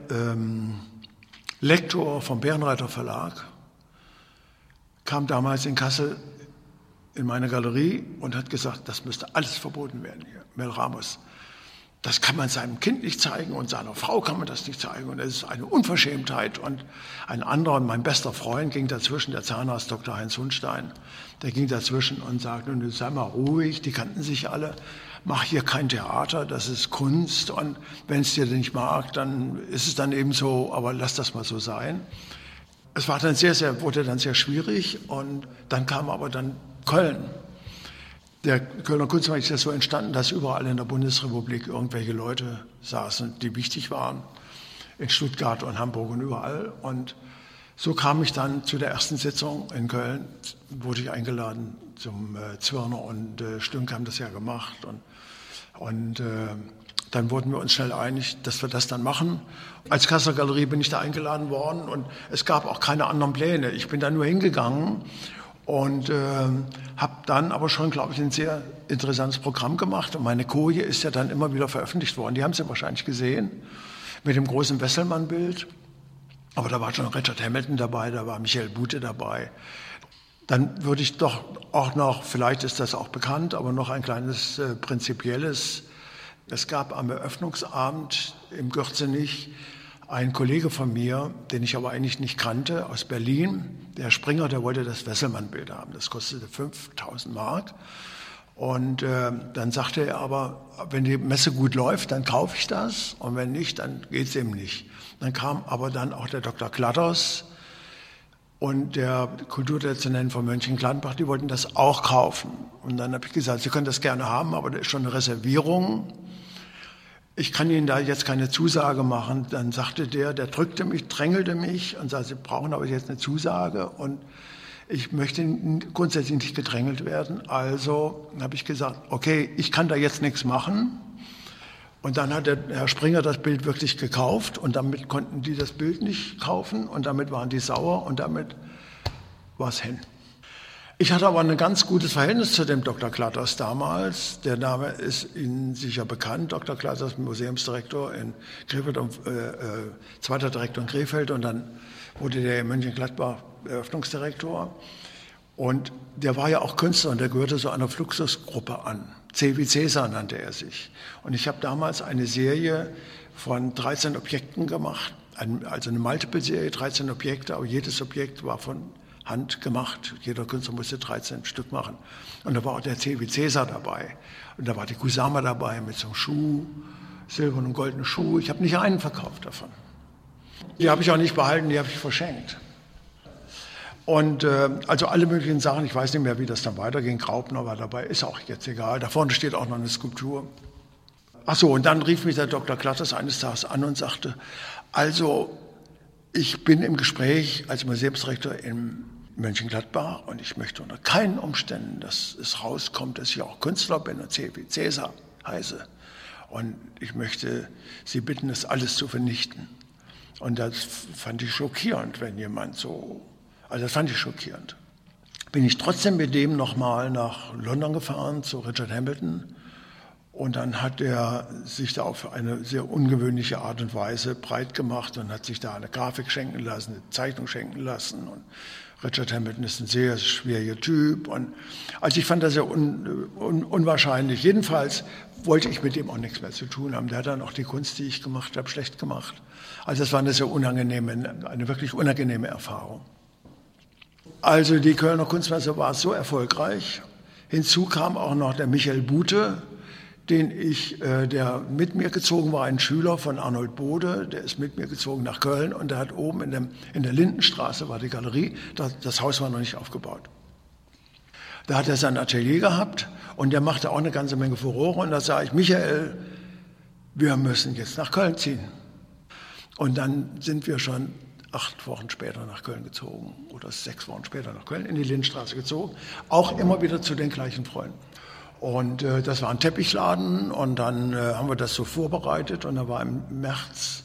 Lektor vom Bärenreiter Verlag kam damals in Kassel in meine Galerie und hat gesagt, das müsste alles verboten werden hier, Mel Ramos. Das kann man seinem Kind nicht zeigen und seiner Frau kann man das nicht zeigen. Und es ist eine Unverschämtheit. Und ein anderer, mein bester Freund, ging dazwischen, der Zahnarzt Dr. Heinz Hundstein, der ging dazwischen und sagte, nun sei mal ruhig, die kannten sich alle, mach hier kein Theater, das ist Kunst. Und wenn es dir nicht mag, dann ist es dann eben so, aber lass das mal so sein. Es war dann wurde dann sehr schwierig und dann kam aber dann Köln. Der Kölner Kunstmarkt ist ja so entstanden, dass überall in der Bundesrepublik irgendwelche Leute saßen, die wichtig waren, in Stuttgart und Hamburg und überall. Und so kam ich dann zu der ersten Sitzung in Köln, wurde ich eingeladen zum Zwirner und Stünk haben das ja gemacht. Und dann wurden wir uns schnell einig, dass wir das dann machen. Als Kasseler Galerie bin ich da eingeladen worden und es gab auch keine anderen Pläne. Ich bin da nur hingegangen Und habe dann aber schon, glaube ich, ein sehr interessantes Programm gemacht. Und meine Koje ist ja dann immer wieder veröffentlicht worden. Die haben Sie wahrscheinlich gesehen, mit dem großen Wesselmann-Bild. Aber da war schon Richard Hamilton dabei, da war Michael Buthe dabei. Dann würde ich doch auch noch, vielleicht ist das auch bekannt, aber noch ein kleines prinzipielles. Es gab am Eröffnungsabend im Gürzenich einen Kollege von mir, den ich aber eigentlich nicht kannte, aus Berlin, der Springer, der wollte das Wesselmann-Bild haben. Das kostete 5.000 Mark. Und dann sagte er aber, wenn die Messe gut läuft, dann kaufe ich das. Und wenn nicht, dann geht es eben nicht. Dann kam aber dann auch der Dr. Klatters und der Kulturdezernent von Mönchengladbach, die wollten das auch kaufen. Und dann habe ich gesagt, Sie können das gerne haben, aber da ist schon eine Reservierung. Ich kann Ihnen da jetzt keine Zusage machen. Dann sagte der drückte mich, drängelte mich und sagte, Sie brauchen aber jetzt eine Zusage. Und ich möchte grundsätzlich nicht gedrängelt werden. Also habe ich gesagt, okay, ich kann da jetzt nichts machen. Und dann hat der Herr Springer das Bild wirklich gekauft und damit konnten die das Bild nicht kaufen und damit waren die sauer und damit war es hin. Ich hatte aber ein ganz gutes Verhältnis zu dem Dr. Klatters damals. Der Name ist Ihnen sicher bekannt. Dr. Klatters, Museumsdirektor in Krefeld und zweiter Direktor in Krefeld und dann wurde der in Mönchengladbach Eröffnungsdirektor. Und der war ja auch Künstler und der gehörte so einer Fluxusgruppe an. C wie Cäsar nannte er sich. Und ich habe damals eine Serie von 13 Objekten gemacht, also eine Multiple-Serie, 13 Objekte, aber jedes Objekt war von Hand gemacht. Jeder Künstler musste 13 Stück machen. Und da war auch der C wie Cäsar dabei. Und da war die Kusama dabei mit so einem Schuh, silbernen und goldenen Schuh. Ich habe nicht einen verkauft davon. Die habe ich auch nicht behalten, die habe ich verschenkt. Und also alle möglichen Sachen, ich weiß nicht mehr, wie das dann weiterging. Graupner war dabei, ist auch jetzt egal. Da vorne steht auch noch eine Skulptur. Ach so, und dann rief mich der Dr. Klatters eines Tages an und sagte, also ich bin im Gespräch als Museumsdirektor in Mönchengladbach und ich möchte unter keinen Umständen, dass es rauskommt, dass ich auch Künstler bin und C wie Cäsar heiße. Und ich möchte Sie bitten, das alles zu vernichten. Und das fand ich schockierend, wenn jemand so... Also das fand ich schockierend. Bin ich trotzdem mit dem nochmal nach London gefahren, zu Richard Hamilton. Und dann hat er sich da auf eine sehr ungewöhnliche Art und Weise breit gemacht und hat sich da eine Grafik schenken lassen, eine Zeichnung schenken lassen. Und Richard Hamilton ist ein sehr schwieriger Typ. Und also ich fand das sehr unwahrscheinlich. Jedenfalls wollte ich mit dem auch nichts mehr zu tun haben. Der hat dann auch die Kunst, die ich gemacht habe, schlecht gemacht. Also das war eine wirklich unangenehme Erfahrung. Also die Kölner Kunstmesse war so erfolgreich. Hinzu kam auch noch der Michael Buthe, der mit mir gezogen war, ein Schüler von Arnold Bode, der ist mit mir gezogen nach Köln und der hat oben in der Lindenstraße war die Galerie, das Haus war noch nicht aufgebaut. Da hat er sein Atelier gehabt und der machte auch eine ganze Menge Furore und da sage ich, Michael, wir müssen jetzt nach Köln ziehen. Und dann sind wir schon 8 Wochen später nach Köln gezogen oder 6 Wochen später nach Köln in die Lindenstraße gezogen, auch immer wieder zu den gleichen Freunden. Und das war ein Teppichladen und dann haben wir das so vorbereitet und da war im März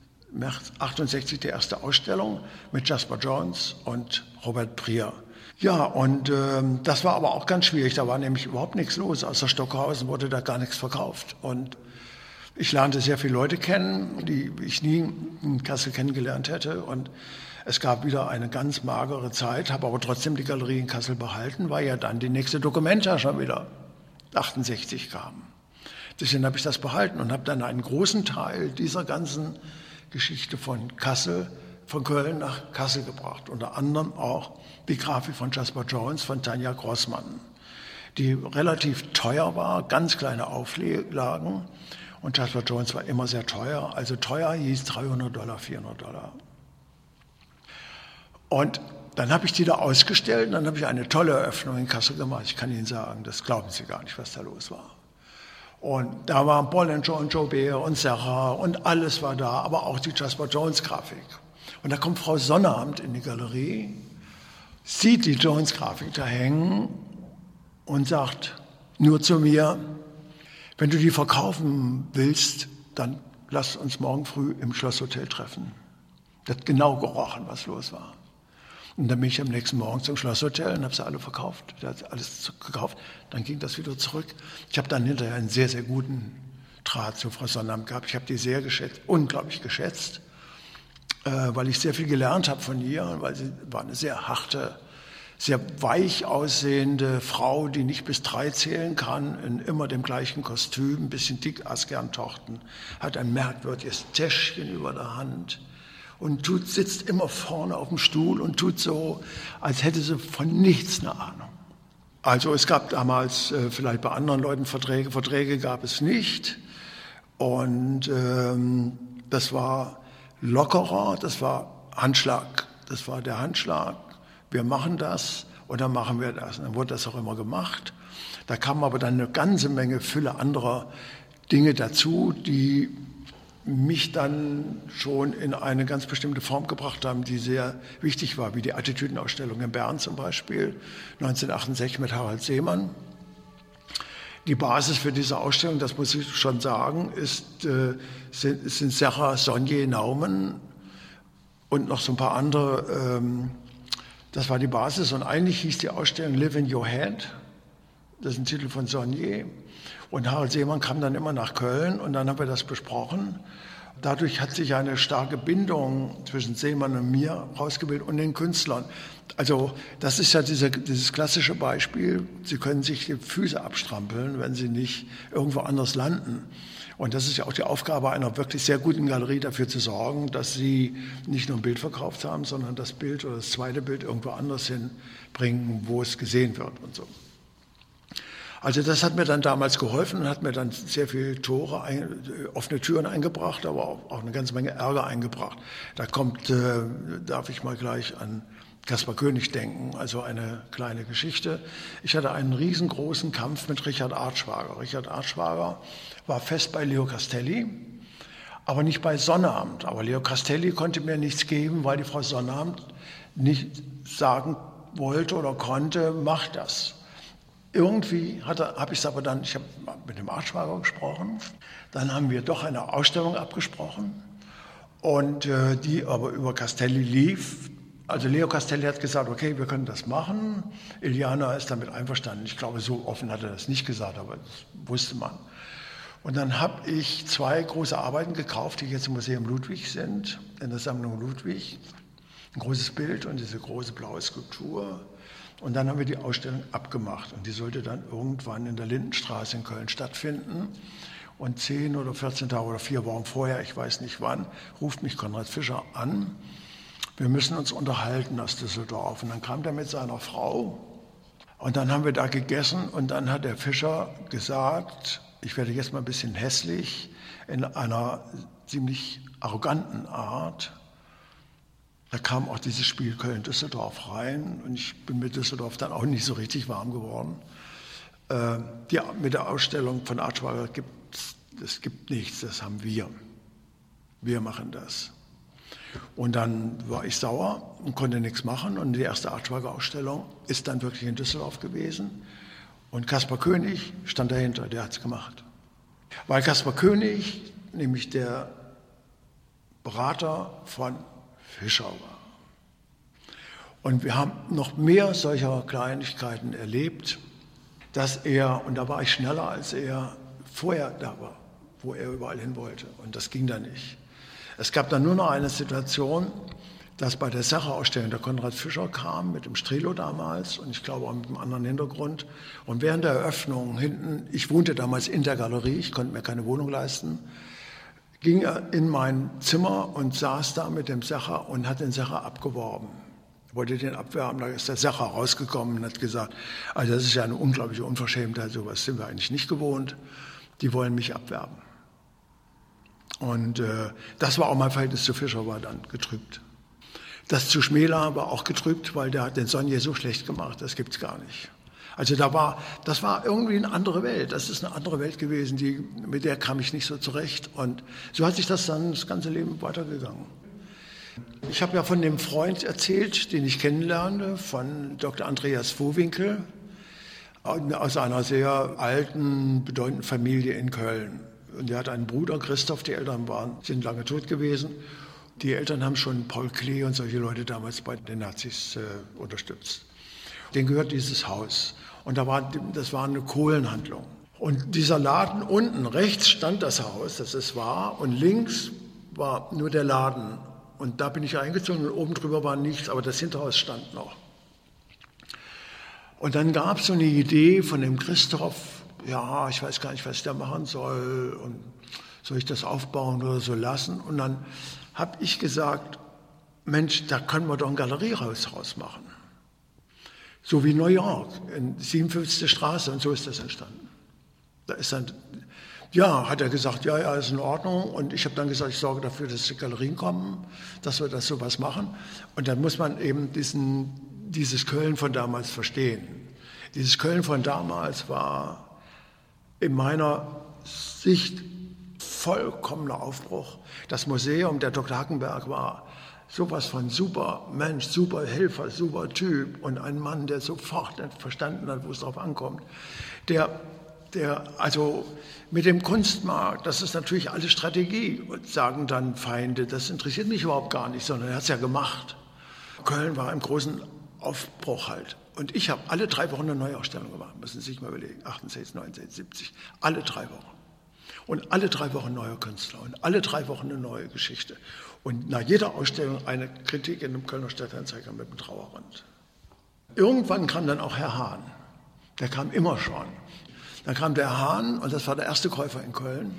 68 die erste Ausstellung mit Jasper Johns und Robert Prier. Ja, und das war aber auch ganz schwierig, da war nämlich überhaupt nichts los. Außer Stockhausen wurde da gar nichts verkauft. Und ich lernte sehr viele Leute kennen, die ich nie in Kassel kennengelernt hätte. Und es gab wieder eine ganz magere Zeit, habe aber trotzdem die Galerie in Kassel behalten, weil ja dann die nächste Documenta schon wieder 68 kam. Deswegen habe ich das behalten und habe dann einen großen Teil dieser ganzen Geschichte von Köln nach Kassel gebracht. Unter anderem auch die Grafik von Jasper Johns von Tanja Grossmann, die relativ teuer war, ganz kleine Auflagen. Und Jasper Johns war immer sehr teuer. Also teuer hieß $300, $400. Und dann habe ich die da ausgestellt und dann habe ich eine tolle Eröffnung in Kassel gemacht. Ich kann Ihnen sagen, das glauben Sie gar nicht, was da los war. Und da waren Bollinger und Joubert und Serra und alles war da, aber auch die Jasper Johns Grafik. Und da kommt Frau Sonnabend in die Galerie, sieht die Johns Grafik da hängen und sagt nur zu mir, wenn du die verkaufen willst, dann lass uns morgen früh im Schlosshotel treffen. Das hat genau gerochen, was los war. Und dann bin ich am nächsten Morgen zum Schlosshotel und habe sie alle verkauft. Der hat alles gekauft. Dann ging das wieder zurück. Ich habe dann hinterher einen sehr, sehr guten Draht zu Frau Sonnabend gehabt. Ich habe die sehr geschätzt, unglaublich geschätzt, weil ich sehr viel gelernt habe von ihr, weil sie war eine sehr harte, sehr weich aussehende Frau, die nicht bis 3 zählen kann, in immer dem gleichen Kostüm, ein bisschen dick, Askerntochten, hat ein merkwürdiges Täschchen über der Hand und sitzt immer vorne auf dem Stuhl und tut so, als hätte sie von nichts eine Ahnung. Also es gab damals vielleicht bei anderen Leuten Verträge gab es nicht. Und das war lockerer, das war Handschlag, das war der Handschlag. Wir machen das und dann machen wir das. Und dann wurde das auch immer gemacht. Da kam aber dann eine ganze Menge Fülle anderer Dinge dazu, die mich dann schon in eine ganz bestimmte Form gebracht haben, die sehr wichtig war, wie die Attitüdenausstellung in Bern zum Beispiel, 1968 mit Harald Seemann. Die Basis für diese Ausstellung, das muss ich schon sagen, sind Serra, Sonje, Naumann und noch so ein paar andere. Das war die Basis und eigentlich hieß die Ausstellung Live in Your Head. Das ist ein Titel von Sonje. Und Harald Seemann kam dann immer nach Köln und dann haben wir das besprochen. Dadurch hat sich eine starke Bindung zwischen Seemann und mir rausgebildet und den Künstlern. Also das ist ja dieses klassische Beispiel, Sie können sich die Füße abstrampeln, wenn Sie nicht irgendwo anders landen. Und das ist ja auch die Aufgabe einer wirklich sehr guten Galerie, dafür zu sorgen, dass Sie nicht nur ein Bild verkauft haben, sondern das Bild oder das zweite Bild irgendwo anders hinbringen, wo es gesehen wird und so. Also das hat mir dann damals geholfen und hat mir dann sehr viele offene Türen eingebracht, aber auch eine ganze Menge Ärger eingebracht. Darf ich mal gleich an Caspar König denken, also eine kleine Geschichte. Ich hatte einen riesengroßen Kampf mit Richard Artschwager. Richard Artschwager war fest bei Leo Castelli, aber nicht bei Sonnabend. Aber Leo Castelli konnte mir nichts geben, weil die Frau Sonnabend nicht sagen wollte oder konnte, mach das. Irgendwie habe ich es aber dann, ich habe mit dem Artschwager gesprochen, dann haben wir doch eine Ausstellung abgesprochen und die aber über Castelli lief. Also Leo Castelli hat gesagt, okay, wir können das machen. Iliana ist damit einverstanden. Ich glaube, so offen hat er das nicht gesagt, aber das wusste man. Und dann habe ich 2 große Arbeiten gekauft, die jetzt im Museum Ludwig sind, in der Sammlung Ludwig. Ein großes Bild und diese große blaue Skulptur. Und dann haben wir die Ausstellung abgemacht und die sollte dann irgendwann in der Lindenstraße in Köln stattfinden. Und 10 oder 14 Tage oder 4 Wochen vorher, ich weiß nicht wann, ruft mich Konrad Fischer an. Wir müssen uns unterhalten aus Düsseldorf. Und dann kam der mit seiner Frau und dann haben wir da gegessen und dann hat der Fischer gesagt, ich werde jetzt mal ein bisschen hässlich, in einer ziemlich arroganten Art. Da kam auch dieses Spiel Köln-Düsseldorf rein und ich bin mit Düsseldorf dann auch nicht so richtig warm geworden. Mit der Ausstellung von Artschwager gibt nichts, das haben wir. Wir machen das. Und dann war ich sauer und konnte nichts machen und die erste Artschwager-Ausstellung ist dann wirklich in Düsseldorf gewesen. Und Caspar König stand dahinter, der hat es gemacht. Weil Caspar König nämlich der Berater von Fischer war. Und wir haben noch mehr solcher Kleinigkeiten erlebt, dass er, und da war ich schneller als er vorher da war, wo er überall hin wollte. Und das ging dann nicht. Es gab dann nur noch eine Situation, dass bei der Serra-Ausstellung der Konrad Fischer kam, mit dem Strelo damals und ich glaube auch mit einem anderen Hintergrund. Und während der Eröffnung hinten, ich wohnte damals in der Galerie, ich konnte mir keine Wohnung leisten, ging er in mein Zimmer und saß da mit dem Serra und hat den Serra abgeworben. Wollte den abwerben, da ist der Serra rausgekommen und hat gesagt, also das ist ja eine unglaubliche Unverschämtheit, sowas sind wir eigentlich nicht gewohnt, die wollen mich abwerben. Und das war auch mein Verhältnis zu Fischer, war dann getrübt. Das zu Schmäler war auch getrübt, weil der hat den Sonje so schlecht gemacht, das gibt's gar nicht. Also das war irgendwie eine andere Welt. Das ist eine andere Welt gewesen, mit der kam ich nicht so zurecht. Und so hat sich das dann das ganze Leben weitergegangen. Ich habe ja von dem Freund erzählt, den ich kennenlernte, von Dr. Andreas Vohwinkel, aus einer sehr alten, bedeutenden Familie in Köln. Und er hat einen Bruder, Christoph, die Eltern sind lange tot gewesen. Die Eltern haben schon Paul Klee und solche Leute damals bei den Nazis unterstützt. Denen gehört dieses Haus. Und das war eine Kohlenhandlung. Und dieser Laden unten, rechts stand das Haus, das es war, und links war nur der Laden. Und da bin ich eingezogen und oben drüber war nichts, aber das Hinterhaus stand noch. Und dann gab es so eine Idee von dem Christoph, ja, ich weiß gar nicht, was der machen soll und soll ich das aufbauen oder so lassen. Und dann habe ich gesagt, Mensch, da können wir doch ein Galeriehaus rausmachen. So wie New York, in 57. Straße, und so ist das entstanden. Da ist dann, ja, hat er gesagt, ja, ist in Ordnung. Und ich habe dann gesagt, ich sorge dafür, dass die Galerien kommen, dass wir das sowas machen. Und dann muss man eben dieses Köln von damals verstehen. Dieses Köln von damals war in meiner Sicht vollkommener Aufbruch. Das Museum, der Dr. Hackenberg war sowas von super Mensch, super Helfer, super Typ und ein Mann, der sofort verstanden hat, wo es drauf ankommt. Der also mit dem Kunstmarkt, das ist natürlich alles Strategie, sagen dann Feinde, das interessiert mich überhaupt gar nicht, sondern er hat es ja gemacht. Köln war im großen Aufbruch halt. Und ich habe alle 3 Wochen eine Neuausstellung gemacht, müssen Sie sich mal überlegen, 68, 69, 70, alle 3 Wochen. Und alle 3 Wochen neuer Künstler und alle 3 Wochen eine neue Geschichte. Und nach jeder Ausstellung eine Kritik in einem Kölner Stadtanzeiger mit einem Trauerrand. Irgendwann kam dann auch Herr Hahn. Der kam immer schon. Dann kam der Hahn, und das war der erste Käufer in Köln,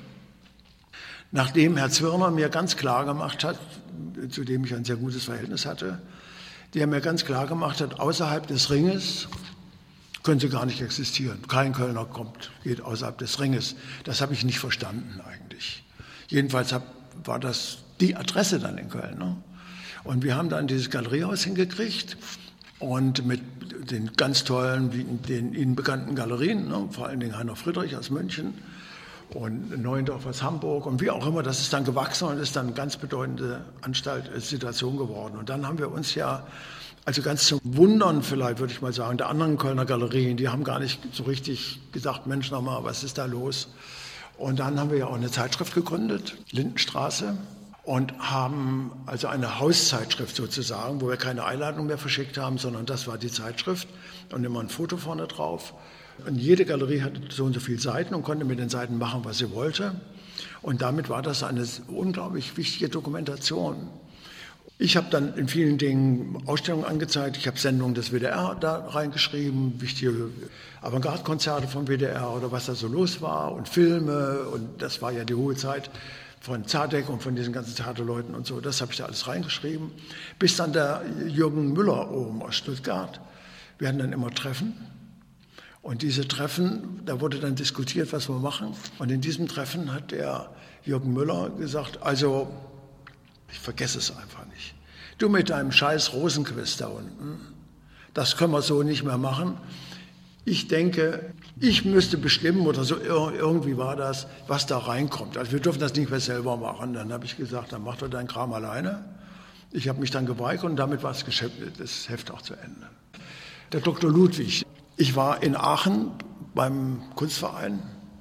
nachdem Herr Zwirner mir ganz klar gemacht hat, zu dem ich ein sehr gutes Verhältnis hatte, der mir ganz klar gemacht hat, außerhalb des Ringes können sie gar nicht existieren. Kein Kölner geht außerhalb des Ringes. Das habe ich nicht verstanden eigentlich. Jedenfalls war das die Adresse dann in Köln. Ne? Und wir haben dann dieses Galeriehaus hingekriegt und mit den ganz tollen, den Ihnen bekannten Galerien, ne? Vor allen Dingen Heiner Friedrich aus München und Neuendorf aus Hamburg und wie auch immer, das ist dann gewachsen und ist dann eine ganz bedeutende Situation geworden. Und dann haben wir uns ja, also ganz zum Wundern vielleicht, würde ich mal sagen, der anderen Kölner Galerien, die haben gar nicht so richtig gesagt, Mensch, nochmal, was ist da los? Und dann haben wir ja auch eine Zeitschrift gegründet, Lindenstraße, und haben also eine Hauszeitschrift sozusagen, wo wir keine Einladung mehr verschickt haben, sondern das war die Zeitschrift und immer ein Foto vorne drauf. Und jede Galerie hatte so und so viele Seiten und konnte mit den Seiten machen, was sie wollte. Und damit war das eine unglaublich wichtige Dokumentation. Ich habe dann in vielen Dingen Ausstellungen angezeigt. Ich habe Sendungen des WDR da reingeschrieben, wichtige Avantgarde-Konzerte vom WDR oder was da so los war und Filme. Und das war ja die hohe Zeit von Zadek und von diesen ganzen Theaterleuten und so. Das habe ich da alles reingeschrieben. Bis dann der Jürgen Müller oben aus Stuttgart. Wir hatten dann immer Treffen. Und diese Treffen, da wurde dann diskutiert, was wir machen. Und in diesem Treffen hat der Jürgen Müller gesagt, also ich vergesse es einfach nicht. Du mit deinem scheiß Rosenquist da unten, das können wir so nicht mehr machen. Ich denke, ich müsste bestimmen oder so, irgendwie war das, was da reinkommt. Also wir dürfen das nicht mehr selber machen. Dann habe ich gesagt, dann mach doch deinen Kram alleine. Ich habe mich dann geweigert und damit war das Heft auch zu Ende. Der Dr. Ludwig. Ich war in Aachen beim Kunstverein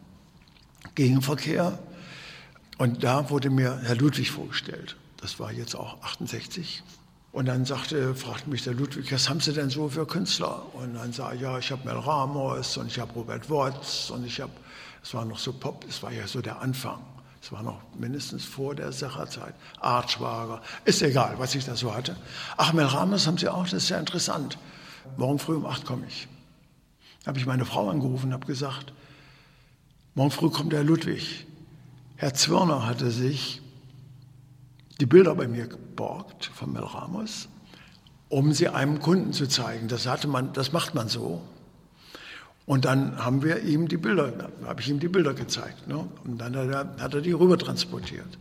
Gegenverkehr und da wurde mir Herr Ludwig vorgestellt. Das war jetzt auch 68. Und dann fragte mich der Ludwig, was haben Sie denn so für Künstler? Und dann sah ich, ja, ich habe Mel Ramos und ich habe Robert Watts und es war noch so Pop, es war ja so der Anfang. Es war noch mindestens vor der Sacherzeit. Artschwager, ist egal, was ich da so hatte. Ach, Mel Ramos haben Sie auch, das ist ja interessant. Morgen früh um 8 komme ich. Da habe ich meine Frau angerufen und habe gesagt, morgen früh kommt der Ludwig. Herr Zwirner hatte sich die Bilder bei mir geborgt von Mel Ramos, um sie einem Kunden zu zeigen. Das macht man so. Und dann habe ich ihm die Bilder gezeigt. Ne? Und dann hat er die rüber transportiert.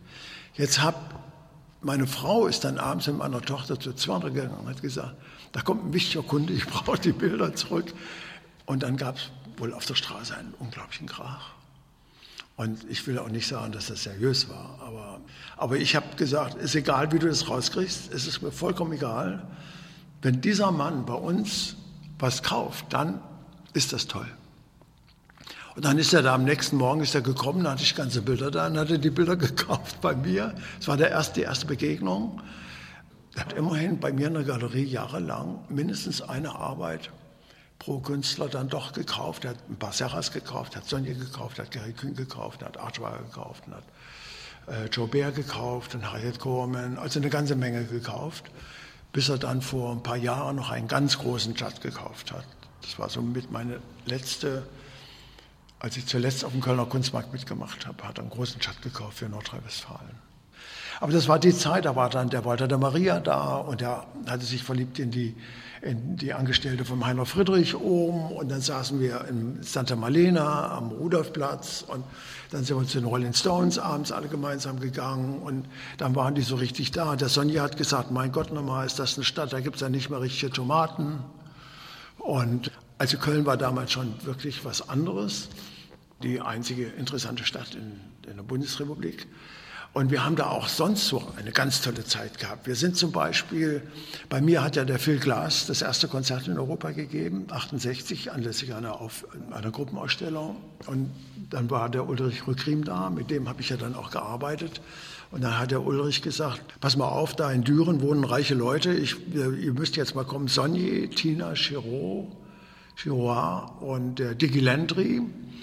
Meine Frau ist dann abends mit meiner Tochter zu Zwirner gegangen und hat gesagt, da kommt ein wichtiger Kunde, ich brauche die Bilder zurück. Und dann gab es wohl auf der Straße einen unglaublichen Krach. Und ich will auch nicht sagen, dass das seriös war, aber ich habe gesagt, ist egal, wie du das rauskriegst, es ist mir vollkommen egal. Wenn dieser Mann bei uns was kauft, dann ist das toll. Und dann ist er da am nächsten Morgen ist er gekommen, da hatte ich ganze Bilder da und hatte die Bilder gekauft bei mir. Es war die erste Begegnung. Er hat immerhin bei mir in der Galerie jahrelang mindestens eine Arbeit pro Künstler dann doch gekauft. Er hat ein paar Serras gekauft, hat Sonja gekauft, hat Gary Kühn gekauft, hat Archweiler gekauft, hat Joe Bear gekauft und Harriet Coleman, also eine ganze Menge gekauft, bis er dann vor ein paar Jahren noch einen ganz großen Judd gekauft hat. Das war somit meine letzte, als ich zuletzt auf dem Kölner Kunstmarkt mitgemacht habe, hat er einen großen Judd gekauft für Nordrhein-Westfalen. Aber das war die Zeit, da war dann der Walter de Maria da und der hatte sich verliebt in die Angestellte von Heiner Friedrich oben und dann saßen wir in Santa Malena am Rudolfplatz und dann sind wir zu den Rolling Stones abends alle gemeinsam gegangen und dann waren die so richtig da. Der Sonja hat gesagt, mein Gott, nochmal ist das eine Stadt, da gibt es ja nicht mehr richtige Tomaten. Und also Köln war damals schon wirklich was anderes, die einzige interessante Stadt in der Bundesrepublik. Und wir haben da auch sonst so eine ganz tolle Zeit gehabt. Wir sind zum Beispiel, bei mir hat ja der Phil Glass das erste Konzert in Europa gegeben, 68, anlässlich einer Gruppenausstellung. Und dann war der Ulrich Rückriem da, mit dem habe ich ja dann auch gearbeitet. Und dann hat der Ulrich gesagt, pass mal auf, da in Düren wohnen reiche Leute, ihr müsst jetzt mal kommen, Sonny, Tina, Giroir und der Digi Landry.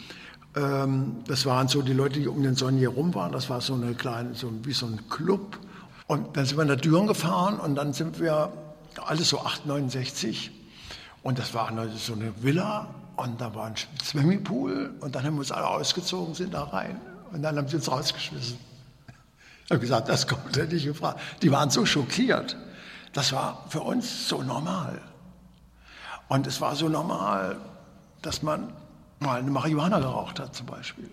Das waren so die Leute, die um den Sonny herum waren. Das war so eine kleine, wie so ein Club. Und dann sind wir nach Düren gefahren und dann sind wir alles so 8,69. Und das war so eine Villa und da war ein Swimmingpool und dann haben wir uns alle ausgezogen, sind da rein und dann haben sie uns rausgeschmissen. Ich habe gesagt, das kommt ja nicht in Frage. Die waren so schockiert. Das war für uns so normal. Und es war so normal, dass man mal eine Marihuana geraucht hat zum Beispiel.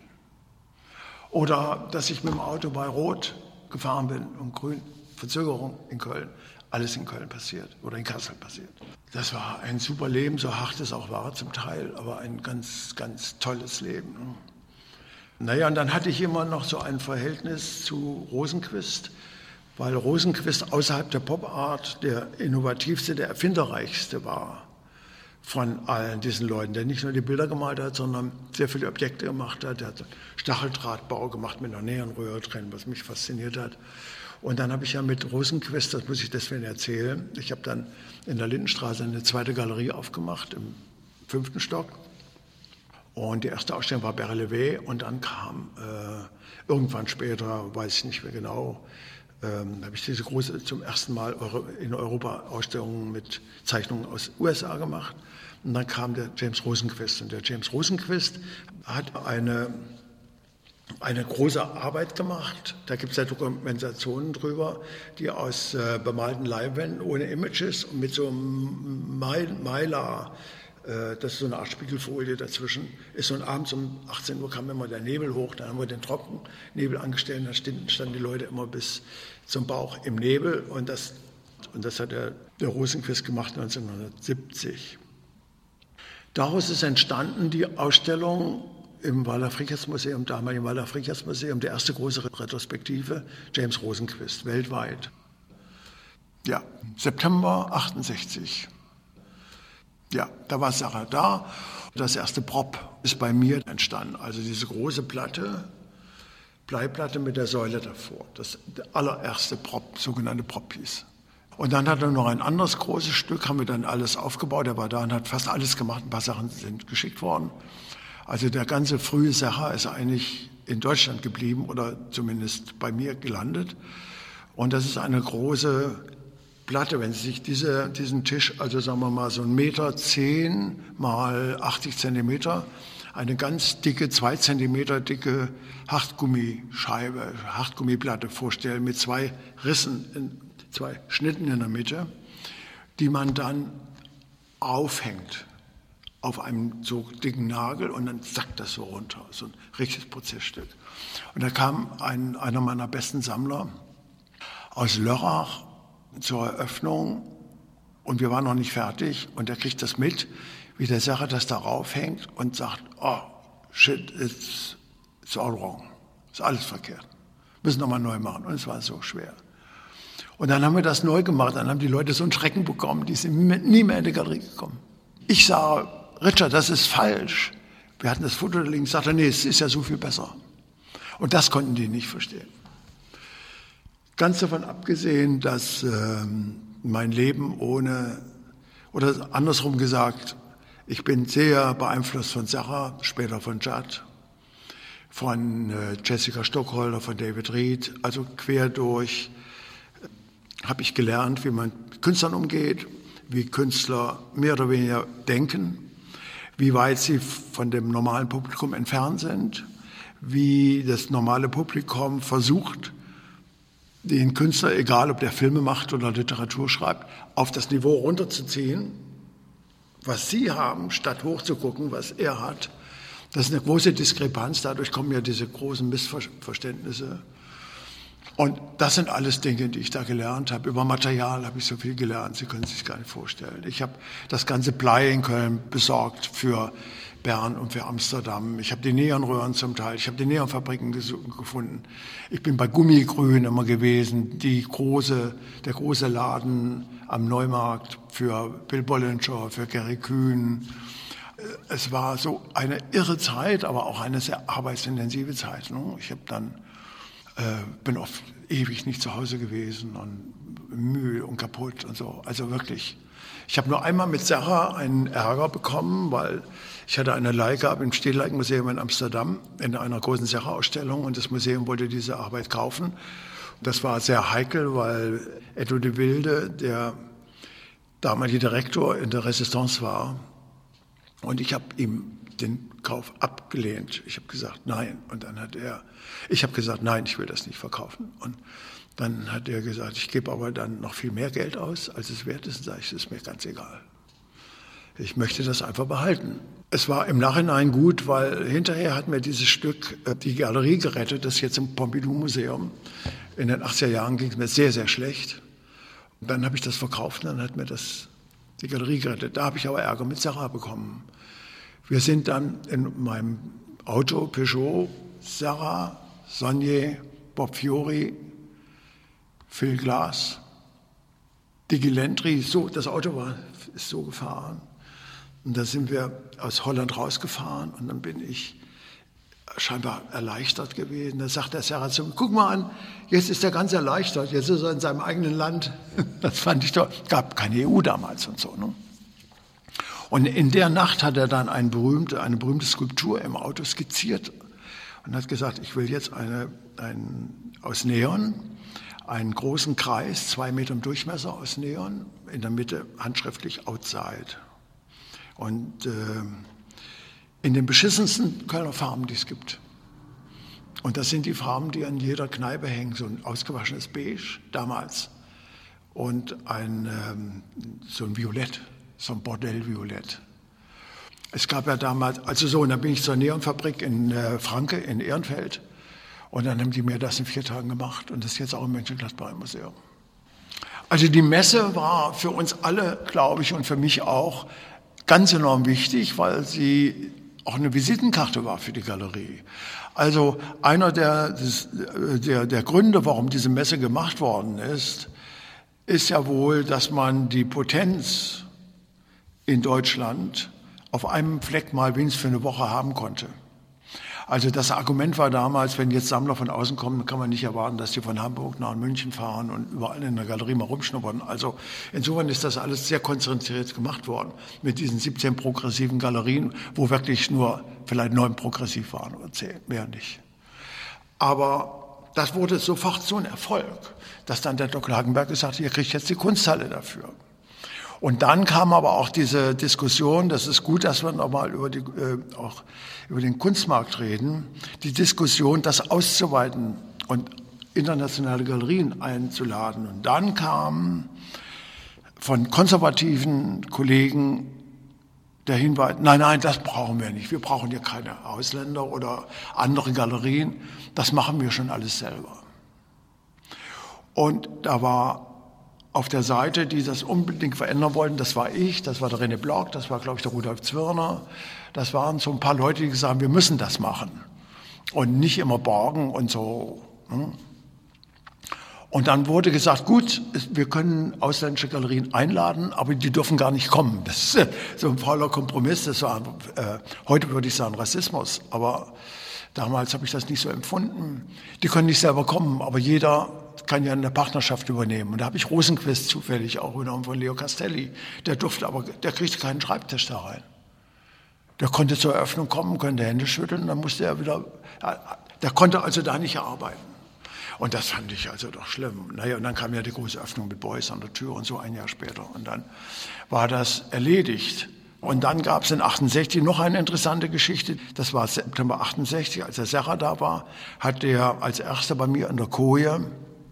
Oder dass ich mit dem Auto bei Rot gefahren bin und grün, Verzögerung in Köln. Alles in Köln passiert oder in Kassel passiert. Das war ein super Leben, so hart es auch war zum Teil, aber ein ganz, ganz tolles Leben. Naja, und dann hatte ich immer noch so ein Verhältnis zu Rosenquist, weil Rosenquist außerhalb der Pop-Art der innovativste, der erfinderreichste war von allen diesen Leuten, der nicht nur die Bilder gemalt hat, sondern sehr viele Objekte gemacht hat. Der hat Stacheldrahtbau gemacht mit einer Neonröhre drin, was mich fasziniert hat. Und dann habe ich ja mit Rosenquist, das muss ich deswegen erzählen, ich habe dann in der Lindenstraße eine zweite Galerie aufgemacht, im 5. Stock. Und die erste Ausstellung war Berlevé und dann kam irgendwann später, weiß ich nicht mehr genau, habe ich diese große zum ersten Mal in Europa Ausstellungen mit Zeichnungen aus USA gemacht. Und dann kam der James Rosenquist. Und der James Rosenquist hat eine große Arbeit gemacht. Da gibt es ja Dokumentationen drüber, die aus bemalten Leinwänden ohne Images und mit so einem Mylar, das ist so eine Art Spiegelfolie dazwischen, ist so ein abends um 18 Uhr kam immer der Nebel hoch, dann haben wir den Trockennebel angestellt, dann standen die Leute immer bis zum Bauch im Nebel und das hat der Rosenquist gemacht 1970. Daraus ist entstanden die Ausstellung im Waldorf-Richarts-Museum, damaligen Waldorf-Richarts-Museum, die erste große Retrospektive, James Rosenquist, weltweit. Ja, September 68. Ja, da war Sarah da. Das erste Prop ist bei mir entstanden. Also diese große Bleiplatte mit der Säule davor. Das allererste Prop, sogenannte Prop-Piece. Und dann hat er noch ein anderes großes Stück, haben wir dann alles aufgebaut. Er war da und hat fast alles gemacht. Ein paar Sachen sind geschickt worden. Also der ganze frühe Serra ist eigentlich in Deutschland geblieben oder zumindest bei mir gelandet. Und das ist eine große Platte, wenn Sie sich diesen Tisch, also sagen wir mal so 1,10 Meter mal 80 Zentimeter, eine ganz dicke, 2 Zentimeter dicke Hartgummiplatte vorstellen mit 2 Rissen, 2 Schnitten in der Mitte, die man dann aufhängt auf einem so dicken Nagel und dann sackt das so runter, so ein richtiges Prozessstück. Und da kam einer meiner besten Sammler aus Lörrach zur Eröffnung und wir waren noch nicht fertig und er kriegt das mit, wie der Serra das darauf hängt und sagt, oh, shit, it's all wrong, ist alles verkehrt, müssen nochmal neu machen und es war so schwer. Und dann haben wir das neu gemacht, dann haben die Leute so einen Schrecken bekommen, die sind nie mehr in die Galerie gekommen. Ich sage, Richard, das ist falsch. Wir hatten das Foto da liegen, sagte, nee, es ist ja so viel besser. Und das konnten die nicht verstehen. Ganz davon abgesehen, dass mein Leben oder andersrum gesagt, ich bin sehr beeinflusst von Serra, später von Judd, von Jessica Stockholder, von David Reed, also quer durch habe ich gelernt, wie man mit Künstlern umgeht, wie Künstler mehr oder weniger denken, wie weit sie von dem normalen Publikum entfernt sind, wie das normale Publikum versucht, den Künstler, egal ob der Filme macht oder Literatur schreibt, auf das Niveau runterzuziehen, was sie haben, statt hochzugucken, was er hat. Das ist eine große Diskrepanz, dadurch kommen ja diese großen Missverständnisse. Und das sind alles Dinge, die ich da gelernt habe. Über Material habe ich so viel gelernt, Sie können es sich gar nicht vorstellen. Ich habe das ganze Blei in Köln besorgt für Bern und für Amsterdam. Ich habe die Neonröhren zum Teil, ich habe die Neonfabriken gefunden. Ich bin bei Gummigrün immer gewesen, der große Laden am Neumarkt für Bill Bollinger, für Gary Kühn. Es war so eine irre Zeit, aber auch eine sehr arbeitsintensive Zeit. Ich habe dann bin oft ewig nicht zu Hause gewesen und müde und kaputt und so. Also wirklich. Ich habe nur einmal mit Serra einen Ärger bekommen, weil ich hatte eine Leihgabe im Stedelijk-Museum in Amsterdam in einer großen Serra-Ausstellung und das Museum wollte diese Arbeit kaufen. Das war sehr heikel, weil Edo de Wilde, der damalige Direktor in der Resistance war, und ich habe ihm den Kauf abgelehnt. Ich habe gesagt, nein. Und dann ich habe gesagt, nein, ich will das nicht verkaufen. Und dann hat er gesagt, ich gebe aber dann noch viel mehr Geld aus, als es wert ist. Und sage ich, das ist mir ganz egal. Ich möchte das einfach behalten. Es war im Nachhinein gut, weil hinterher hat mir dieses Stück die Galerie gerettet, das ist jetzt im Pompidou-Museum. In den 80er Jahren ging es mir sehr, sehr schlecht. Und dann habe ich das verkauft und dann hat mir das die Galerie gerettet. Da habe ich aber Ärger mit Serra bekommen. Wir sind dann in meinem Auto, Peugeot, Serra, Saunier, Bob Fiori, Phil Glass, Digi Lentry, das Auto ist so gefahren. Und da sind wir aus Holland rausgefahren und dann bin ich scheinbar erleichtert gewesen. Da sagt der Serra zu mir, guck mal an, jetzt ist er ganz erleichtert, jetzt ist er in seinem eigenen Land. Das fand ich doch, gab keine EU damals und so. Ne? Und in der Nacht hat er dann eine berühmte Skulptur im Auto skizziert und hat gesagt, ich will jetzt aus Neon einen großen Kreis, 2 Meter im Durchmesser aus Neon, in der Mitte handschriftlich Outside. Und in den beschissensten Kölner Farben, die es gibt. Und das sind die Farben, die an jeder Kneipe hängen, so ein ausgewaschenes Beige damals und so ein Violett. So ein Bordellviolett. Es gab ja damals, und dann bin ich zur Neonfabrik in Franke, in Ehrenfeld. Und dann haben die mir das in 4 Tagen gemacht. Und das ist jetzt auch im Mönchengladbach im Museum. Also die Messe war für uns alle, glaube ich, und für mich auch ganz enorm wichtig, weil sie auch eine Visitenkarte war für die Galerie. Also einer der Gründe, warum diese Messe gemacht worden ist ja wohl, dass man die Potenz in Deutschland auf einem Fleck mal wenigstens für eine Woche haben konnte. Also das Argument war damals, wenn jetzt Sammler von außen kommen, kann man nicht erwarten, dass die von Hamburg nach München fahren und überall in der Galerie mal rumschnuppern. Also insofern ist das alles sehr konzentriert gemacht worden mit diesen 17 progressiven Galerien, wo wirklich nur vielleicht 9 progressiv waren oder 10, mehr nicht. Aber das wurde sofort so ein Erfolg, dass dann der Dr. Hagenberg gesagt hat, ihr kriegt jetzt die Kunsthalle dafür. Und dann kam aber auch diese Diskussion, das ist gut, dass wir nochmal auch über den Kunstmarkt reden, die Diskussion, das auszuweiten und internationale Galerien einzuladen. Und dann kam von konservativen Kollegen der Hinweis, nein, das brauchen wir nicht. Wir brauchen ja keine Ausländer oder andere Galerien. Das machen wir schon alles selber. Und da war auf der Seite, die das unbedingt verändern wollten, das war ich, das war der René Block, das war, glaube ich, der Rudolf Zwirner. Das waren so ein paar Leute, die gesagt haben, wir müssen das machen. Und nicht immer borgen und so. Und dann wurde gesagt, gut, wir können ausländische Galerien einladen, aber die dürfen gar nicht kommen. Das ist so ein fauler Kompromiss. Das war, heute würde ich sagen, Rassismus. Aber damals habe ich das nicht so empfunden. Die können nicht selber kommen, aber jeder kann ja eine Partnerschaft übernehmen. Und da habe ich Rosenquist zufällig auch übernommen von Leo Castelli. Der kriegte keinen Schreibtisch da rein. Der konnte zur Eröffnung kommen, konnte Hände schütteln, dann musste er wieder, der konnte also da nicht arbeiten. Und das fand ich also doch schlimm. Naja, und dann kam ja die große Öffnung mit Beuys an der Tür und so ein Jahr später. Und dann war das erledigt. Und dann gab es in 68 noch eine interessante Geschichte. Das war September 68, als der Serra da war, hat der als erster bei mir in der Koje,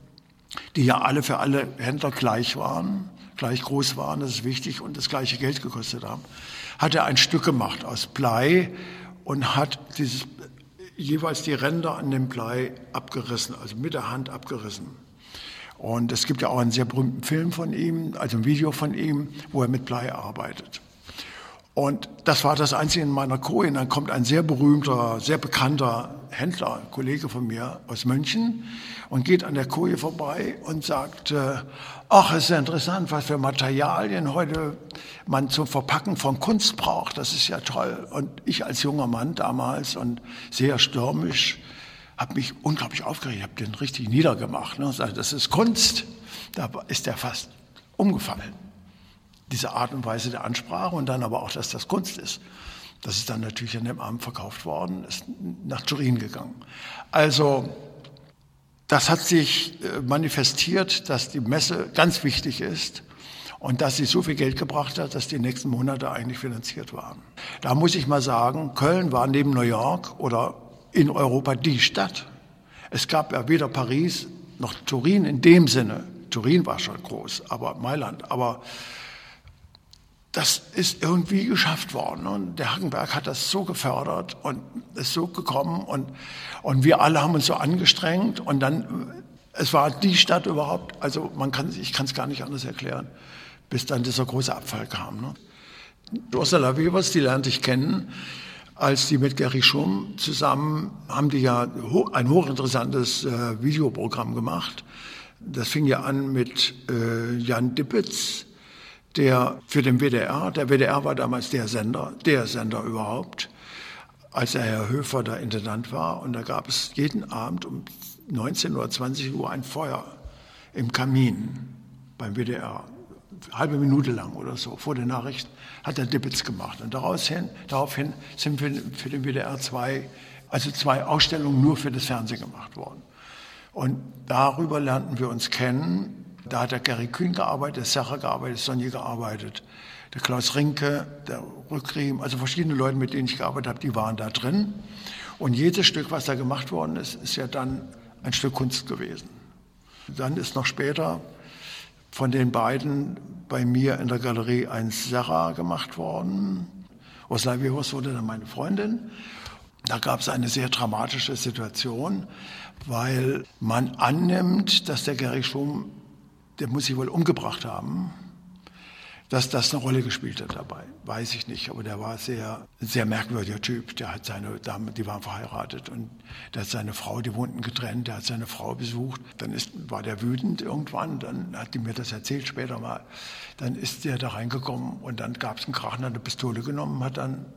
die ja alle für alle Händler gleich waren, gleich groß waren, das ist wichtig, und das gleiche Geld gekostet haben, hat er ein Stück gemacht aus Blei und hat jeweils die Ränder an dem Blei abgerissen, also mit der Hand abgerissen. Und es gibt ja auch einen sehr berühmten Film von ihm, also ein Video von ihm, wo er mit Blei arbeitet. Und das war das Einzige in meiner Koje. Und dann kommt ein sehr berühmter, sehr bekannter Händler, ein Kollege von mir aus München, und geht an der Koje vorbei und sagt, ach, es ist ja interessant, was für Materialien heute man zum Verpacken von Kunst braucht. Das ist ja toll. Und ich als junger Mann damals und sehr stürmisch habe mich unglaublich aufgeregt. Ich habe den richtig niedergemacht. Ne? Das ist Kunst. Da ist er fast umgefallen. Diese Art und Weise der Ansprache und dann aber auch, dass das Kunst ist. Das ist dann natürlich an dem Abend verkauft worden, ist nach Turin gegangen. Also das hat sich manifestiert, dass die Messe ganz wichtig ist und dass sie so viel Geld gebracht hat, dass die nächsten Monate eigentlich finanziert waren. Da muss ich mal sagen, Köln war neben New York oder in Europa die Stadt. Es gab ja weder Paris noch Turin in dem Sinne. Turin war schon groß, aber Mailand, aber das ist irgendwie geschafft worden. Und der Hackenberg hat das so gefördert und ist so gekommen. Und wir alle haben uns so angestrengt. Und dann, es war die Stadt überhaupt, also ich kann es gar nicht anders erklären, bis dann dieser große Abfall kam. Ne? Ursula Webers, die lernte ich kennen, als die mit Gerry Schum zusammen, haben die ja ein hochinteressantes Videoprogramm gemacht. Das fing ja an mit Jan Dippitz, der für den WDR, der WDR war damals der Sender überhaupt, als Herr Höfer da Intendant war. Und da gab es jeden Abend um 19 oder 20 Uhr ein Feuer im Kamin beim WDR. Halbe Minute lang oder so, vor den Nachrichten, hat der Dippitz gemacht. Und daraufhin sind für den WDR zwei Ausstellungen nur für das Fernsehen gemacht worden. Und darüber lernten wir uns kennen. Da hat der Gerry Kühn gearbeitet, der Serra gearbeitet, Sonja gearbeitet, der Klaus Rinke, der Rückriem, also verschiedene Leute, mit denen ich gearbeitet habe, die waren da drin. Und jedes Stück, was da gemacht worden ist, ist ja dann ein Stück Kunst gewesen. Dann ist noch später von den beiden bei mir in der Galerie ein Serra gemacht worden. Ursula Webers wurde dann meine Freundin. Da gab es eine sehr dramatische Situation, weil man annimmt, dass der Gerry Schum, der muss sich wohl umgebracht haben, dass das eine Rolle gespielt hat dabei. Weiß ich nicht, aber der war sehr merkwürdiger Typ. Der hat seine Dame, die waren verheiratet, und der hat seine Frau, die wohnten getrennt, der hat seine Frau besucht. Dann war der wütend irgendwann, dann hat die mir das erzählt später mal. Dann ist der da reingekommen und dann gab es einen Krach, hat eine Pistole genommen, hat dann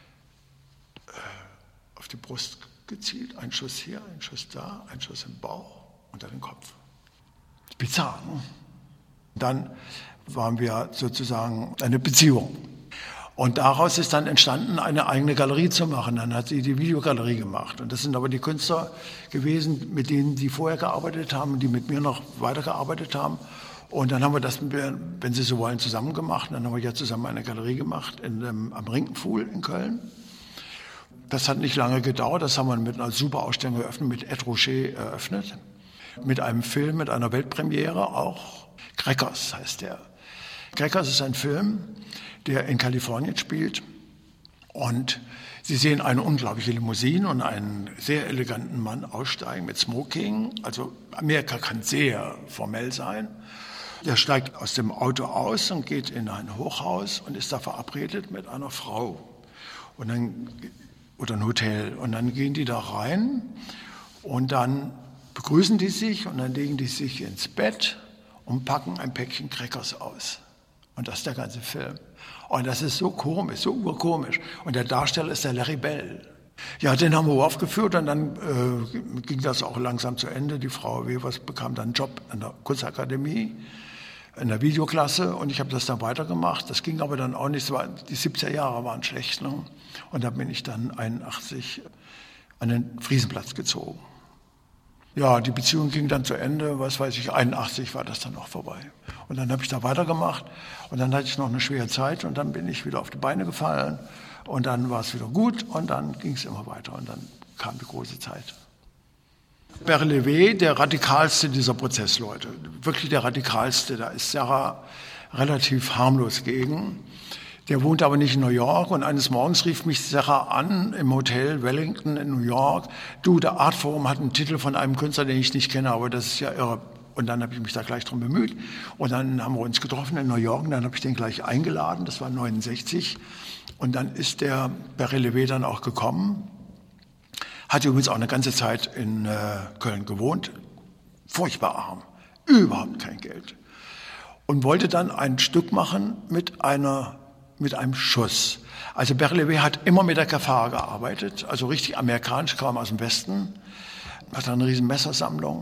auf die Brust gezielt, ein Schuss hier, ein Schuss da, ein Schuss im Bauch und dann im Kopf. Bizarr, ne? Dann waren wir sozusagen eine Beziehung. Und daraus ist dann entstanden, eine eigene Galerie zu machen. Dann hat sie die Videogalerie gemacht. Und das sind aber die Künstler gewesen, mit denen die vorher gearbeitet haben, die mit mir noch weitergearbeitet haben. Und dann haben wir das, wenn Sie so wollen, zusammen gemacht. Dann haben wir ja zusammen eine Galerie gemacht am Rinkenpfuhl in Köln. Das hat nicht lange gedauert. Das haben wir mit einer super Ausstellung eröffnet, mit Ed Rocher eröffnet. Mit einem Film, mit einer Weltpremiere auch. Crackers heißt der. Crackers ist ein Film, der in Kalifornien spielt. Und Sie sehen eine unglaubliche Limousine und einen sehr eleganten Mann aussteigen mit Smoking. Also Amerika kann sehr formell sein. Der steigt aus dem Auto aus und geht in ein Hochhaus und ist da verabredet mit einer Frau. Oder ein Hotel. Und dann gehen die da rein und dann begrüßen die sich und dann legen die sich ins Bett und packen ein Päckchen Crackers aus. Und das ist der ganze Film. Und das ist so komisch, so urkomisch. Und der Darsteller ist der Larry Bell. Ja, den haben wir aufgeführt und dann ging das auch langsam zu Ende. Die Frau Wevers bekam dann einen Job an der Kunstakademie, in der Videoklasse, und ich habe das dann weitergemacht. Das ging aber dann auch nicht, die 70er Jahre waren schlecht. Ne? Und da bin ich dann 81 an den Friesenplatz gezogen. Ja, die Beziehung ging dann zu Ende, 81 war das dann auch vorbei. Und dann habe ich da weitergemacht und dann hatte ich noch eine schwere Zeit und dann bin ich wieder auf die Beine gefallen und dann war es wieder gut und dann ging es immer weiter und dann kam die große Zeit. Berlevé, der radikalste dieser Prozessleute, wirklich der radikalste, da ist Sarah relativ harmlos gegen. Der wohnte aber nicht in New York und eines Morgens rief mich Sarah an im Hotel Wellington in New York. Du, der Artforum hat einen Titel von einem Künstler, den ich nicht kenne, aber das ist ja irre. Und dann habe ich mich da gleich drum bemüht und dann haben wir uns getroffen in New York und dann habe ich den gleich eingeladen, das war 69 und dann ist der Berlevé dann auch gekommen. Hat übrigens auch eine ganze Zeit in Köln gewohnt, furchtbar arm, überhaupt kein Geld und wollte dann ein Stück machen mit einem Schuss. Also Berlevé hat immer mit der Gefahr gearbeitet, also richtig amerikanisch, kam aus dem Westen, hat eine riesen Messersammlung.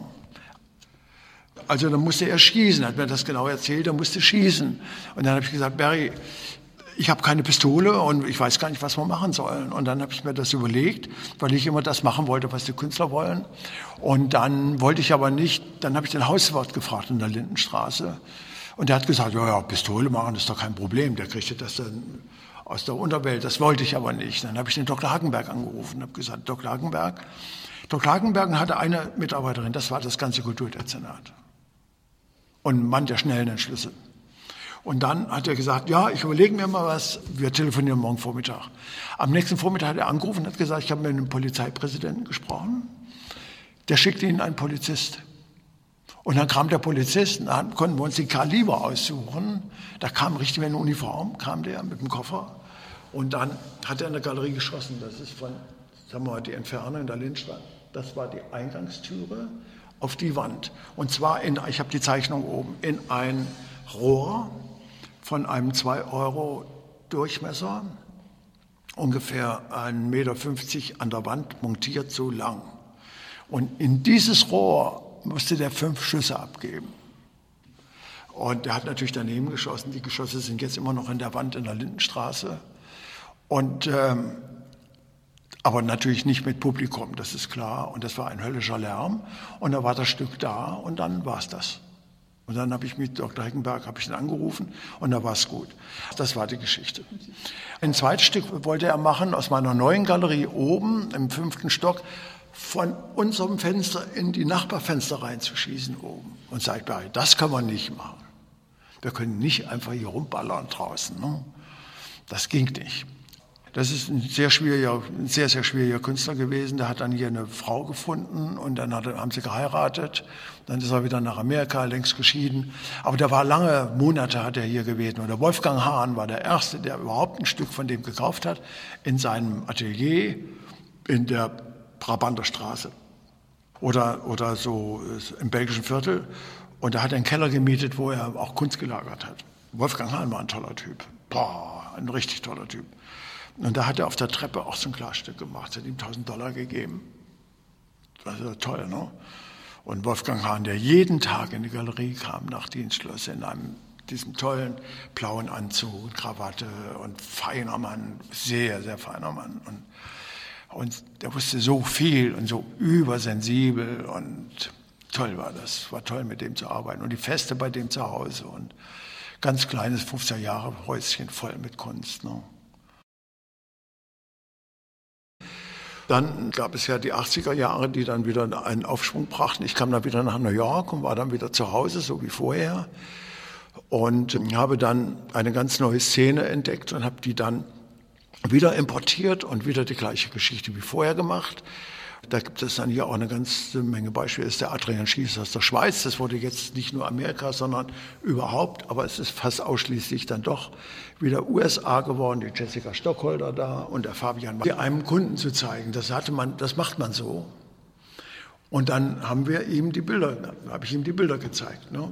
Also dann musste er schießen, hat mir das genau erzählt, er musste schießen. Und dann habe ich gesagt, Barry, ich habe keine Pistole und ich weiß gar nicht, was wir machen sollen. Und dann habe ich mir das überlegt, weil ich immer das machen wollte, was die Künstler wollen. Und dann wollte ich aber nicht, dann habe ich den Hauswart gefragt in der Lindenstraße. Und der hat gesagt, ja, Pistole machen ist doch kein Problem, der kriegte das dann aus der Unterwelt. Das wollte ich aber nicht. Dann habe ich den Dr. Hagenberg angerufen und habe gesagt, Dr. Hagenberg hatte eine Mitarbeiterin, das war das ganze Kulturdezernat. Und ein Mann der schnellen Entschlüsse. Und dann hat er gesagt, ja, ich überlege mir mal was, wir telefonieren morgen Vormittag. Am nächsten Vormittag hat er angerufen und hat gesagt, ich habe mit einem Polizeipräsidenten gesprochen, der schickte Ihnen einen Polizist. Und dann kam der Polizist, und dann konnten wir uns die Kaliber aussuchen. Da kam richtig in Uniform, kam der mit dem Koffer. Und dann hat er in der Galerie geschossen. Das ist von, sagen wir mal, die Entfernung in der Lindstraße. Das war die Eingangstüre auf die Wand. Und zwar ich habe die Zeichnung oben, in ein Rohr von einem 2 € Durchmesser, ungefähr 1,50 Meter an der Wand montiert, so lang. Und in dieses Rohr musste der 5 Schüsse abgeben. Und der hat natürlich daneben geschossen. Die Geschosse sind jetzt immer noch in der Wand in der Lindenstraße. Und, aber natürlich nicht mit Publikum, das ist klar. Und das war ein höllischer Lärm. Und da war das Stück da und dann war es das. Und dann habe ich mit Dr. Heckenberg ihn angerufen und da war es gut. Das war die Geschichte. Ein zweites Stück wollte er machen aus meiner neuen Galerie oben im 5. Stock, von unserem Fenster in die Nachbarfenster reinzuschießen oben. Und sage ich, Barry, das kann man nicht machen. Wir können nicht einfach hier rumballern draußen. Ne? Das ging nicht. Das ist ein sehr, sehr schwieriger Künstler gewesen. Der hat dann hier eine Frau gefunden und dann haben sie geheiratet. Dann ist er wieder nach Amerika, längst geschieden. Aber der war lange Monate hat er hier gewesen. Und der Wolfgang Hahn war der Erste, der überhaupt ein Stück von dem gekauft hat, in seinem Atelier in der Brabanter Straße oder so im belgischen Viertel. Und da hat er einen Keller gemietet, wo er auch Kunst gelagert hat. Wolfgang Hahn war ein toller Typ. Ein richtig toller Typ. Und da hat er auf der Treppe auch so ein Glasstück gemacht. Es hat ihm $1000 gegeben. Das ist toll, ne? Und Wolfgang Hahn, der jeden Tag in die Galerie kam nach Dienstschluss in diesem tollen blauen Anzug, Krawatte und feiner Mann, sehr, sehr feiner Mann. Und der wusste so viel und so übersensibel und toll war das. War toll, mit dem zu arbeiten. Und die Feste bei dem zu Hause und ganz kleines 50er-Jahre-Häuschen voll mit Kunst, ne? Dann gab es ja die 80er Jahre, die dann wieder einen Aufschwung brachten. Ich kam dann wieder nach New York und war dann wieder zu Hause, so wie vorher. Und habe dann eine ganz neue Szene entdeckt und habe die dann wieder importiert und wieder die gleiche Geschichte wie vorher gemacht. Da gibt es dann hier auch eine ganze Menge Beispiele. Das ist der Adrian Schiess aus der Schweiz. Das wurde jetzt nicht nur Amerika, sondern überhaupt. Aber es ist fast ausschließlich dann doch wieder USA geworden. Die Jessica Stockholder da und der Fabian. Einem Kunden zu zeigen, das macht man so. Und dann haben wir ihm die Bilder, habe ich ihm die Bilder gezeigt. Ne?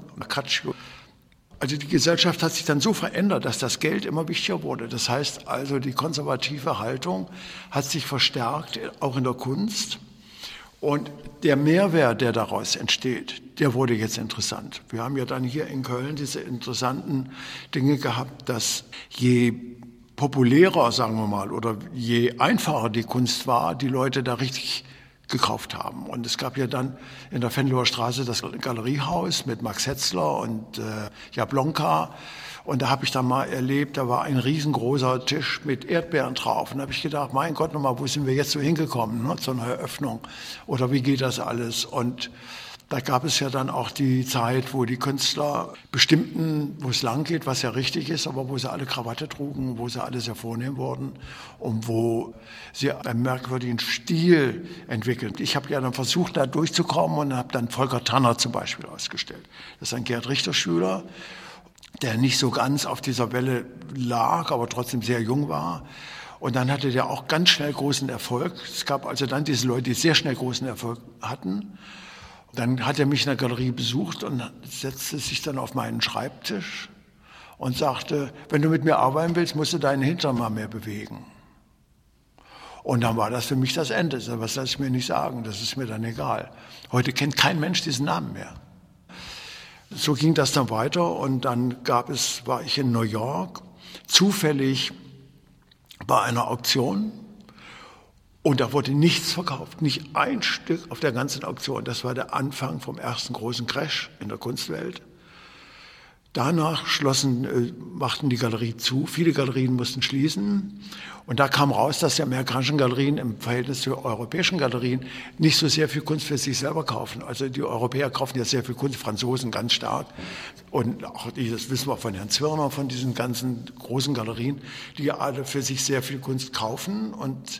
Also die Gesellschaft hat sich dann so verändert, dass das Geld immer wichtiger wurde. Das heißt also, die konservative Haltung hat sich verstärkt, auch in der Kunst. Und der Mehrwert, der daraus entsteht, der wurde jetzt interessant. Wir haben ja dann hier in Köln diese interessanten Dinge gehabt, dass je populärer, sagen wir mal, oder je einfacher die Kunst war, die Leute da richtig gekauft haben. Und es gab ja dann in der Venloer Straße das Galeriehaus mit Max Hetzler und Jablonka. Und da habe ich dann mal erlebt, da war ein riesengroßer Tisch mit Erdbeeren drauf. Und da habe ich gedacht, mein Gott, nochmal, wo sind wir jetzt so hingekommen, ne, zu einer Eröffnung? Oder wie geht das alles? Und da gab es ja dann auch die Zeit, wo die Künstler bestimmten, wo es lang geht, was ja richtig ist, aber wo sie alle Krawatte trugen, wo sie alle sehr vornehm wurden und wo sie einen merkwürdigen Stil entwickeln. Ich habe ja dann versucht, da durchzukommen und habe dann Volker Tanner zum Beispiel ausgestellt. Das ist ein Gerd-Richter-Schüler, der nicht so ganz auf dieser Welle lag, aber trotzdem sehr jung war. Und dann hatte der auch ganz schnell großen Erfolg. Es gab also dann diese Leute, die sehr schnell großen Erfolg hatten. Dann hat er mich in der Galerie besucht und setzte sich dann auf meinen Schreibtisch und sagte, wenn du mit mir arbeiten willst, musst du deinen Hintern mal mehr bewegen. Und dann war das für mich das Ende. Was lasse ich mir nicht sagen, das ist mir dann egal. Heute kennt kein Mensch diesen Namen mehr. So ging das dann weiter und dann war ich in New York, zufällig bei einer Auktion. Und da wurde nichts verkauft, nicht ein Stück auf der ganzen Auktion. Das war der Anfang vom ersten großen Crash in der Kunstwelt. Danach machten die Galerien zu, viele Galerien mussten schließen. Und da kam raus, dass die amerikanischen Galerien im Verhältnis zu europäischen Galerien nicht so sehr viel Kunst für sich selber kaufen. Also die Europäer kaufen ja sehr viel Kunst, die Franzosen ganz stark. Und auch das wissen wir von Herrn Zwirner, von diesen ganzen großen Galerien, die alle für sich sehr viel Kunst kaufen. Und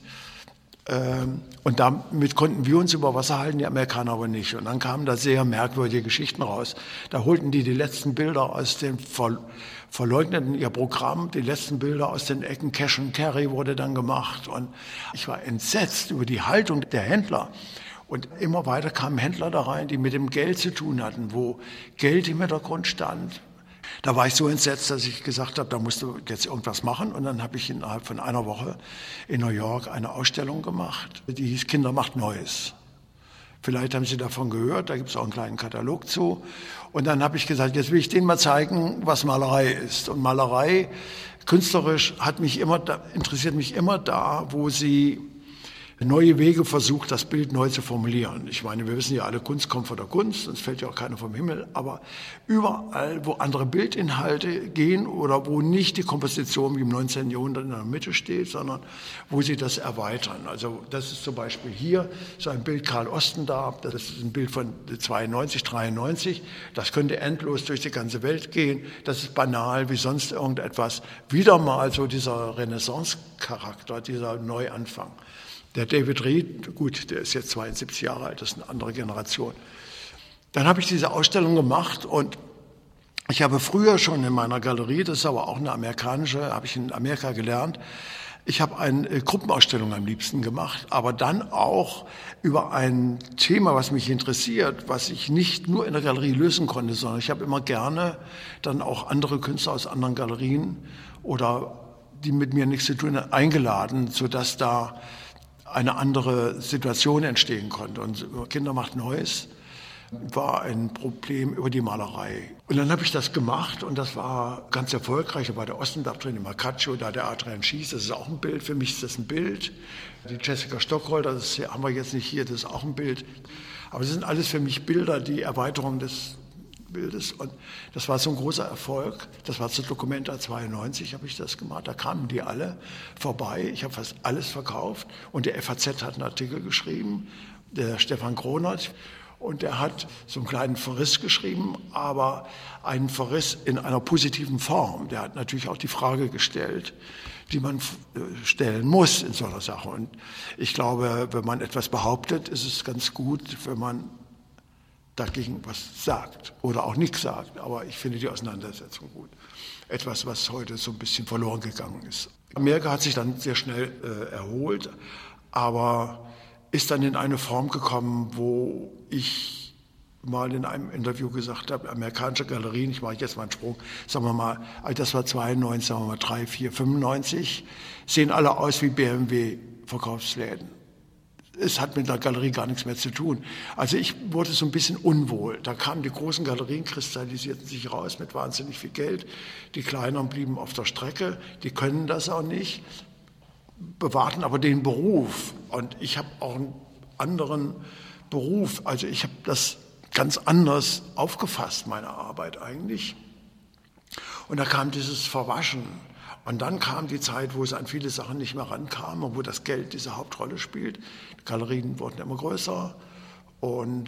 damit konnten wir uns über Wasser halten, die Amerikaner aber nicht. Und dann kamen da sehr merkwürdige Geschichten raus. Da holten die letzten Bilder aus den verleugneten ihr Programm, die letzten Bilder aus den Ecken, Cash and Carry wurde dann gemacht. Und ich war entsetzt über die Haltung der Händler. Und immer weiter kamen Händler da rein, die mit dem Geld zu tun hatten, wo Geld im Hintergrund stand. Da war ich so entsetzt, dass ich gesagt habe, da musst du jetzt irgendwas machen. Und dann habe ich innerhalb von einer Woche in New York eine Ausstellung gemacht, die hieß Kinder macht Neues. Vielleicht haben Sie davon gehört, da gibt es auch einen kleinen Katalog zu. Und dann habe ich gesagt, jetzt will ich denen mal zeigen, was Malerei ist. Und Malerei, künstlerisch, interessiert mich immer da, wo sie neue Wege versucht, das Bild neu zu formulieren. Ich meine, wir wissen ja alle, Kunst kommt von der Kunst, es fällt ja auch keiner vom Himmel, aber überall, wo andere Bildinhalte gehen oder wo nicht die Komposition wie im 19. Jahrhundert in der Mitte steht, sondern wo sie das erweitern. Also das ist zum Beispiel hier so ein Bild Karl Ostendorff, das ist ein Bild von 92, 93, das könnte endlos durch die ganze Welt gehen, das ist banal wie sonst irgendetwas. Wieder mal so dieser Renaissance-Charakter, dieser Neuanfang. Der David Reed, gut, der ist jetzt 72 Jahre alt, das ist eine andere Generation. Dann habe ich diese Ausstellung gemacht und ich habe früher schon in meiner Galerie, das ist aber auch eine amerikanische, habe ich in Amerika gelernt, ich habe eine Gruppenausstellung am liebsten gemacht, aber dann auch über ein Thema, was mich interessiert, was ich nicht nur in der Galerie lösen konnte, sondern ich habe immer gerne dann auch andere Künstler aus anderen Galerien oder die mit mir nichts zu tun haben, eingeladen, sodass da eine andere Situation entstehen konnte. Und Kinder macht Neues war ein Problem über die Malerei. Und dann habe ich das gemacht und das war ganz erfolgreich. Da war der Ostendorff drin, der Marcaccio, da der Adrian Schiess, das ist auch ein Bild. Für mich ist das ein Bild. Die Jessica Stockholder, das haben wir jetzt nicht hier, das ist auch ein Bild. Aber das sind alles für mich Bilder, die Erweiterung des Bildes. Und das war so ein großer Erfolg. Das war zur Documenta 92, habe ich das gemacht. Da kamen die alle vorbei. Ich habe fast alles verkauft. Und der FAZ hat einen Artikel geschrieben, der Stefan Kronert. Und der hat so einen kleinen Verriss geschrieben, aber einen Verriss in einer positiven Form. Der hat natürlich auch die Frage gestellt, die man stellen muss in so einer Sache. Und ich glaube, wenn man etwas behauptet, ist es ganz gut, wenn man dagegen was sagt oder auch nichts sagt. Aber ich finde die Auseinandersetzung gut. Etwas, was heute so ein bisschen verloren gegangen ist. Amerika hat sich dann sehr schnell erholt, aber ist dann in eine Form gekommen, wo ich mal in einem Interview gesagt habe, amerikanische Galerien, ich mache jetzt mal einen Sprung, sagen wir mal, das war 92, sagen wir mal 3, 4, 95, sehen alle aus wie BMW-Verkaufsläden. Es hat mit der Galerie gar nichts mehr zu tun. Also ich wurde so ein bisschen unwohl. Da kamen die großen Galerien, kristallisierten sich raus mit wahnsinnig viel Geld. Die kleineren blieben auf der Strecke, die können das auch nicht, bewahrten aber den Beruf. Und ich habe auch einen anderen Beruf. Also ich habe das ganz anders aufgefasst, meine Arbeit eigentlich. Und da kam dieses Verwaschen. Und dann kam die Zeit, wo es an viele Sachen nicht mehr rankam und wo das Geld diese Hauptrolle spielt. Die Galerien wurden immer größer. Und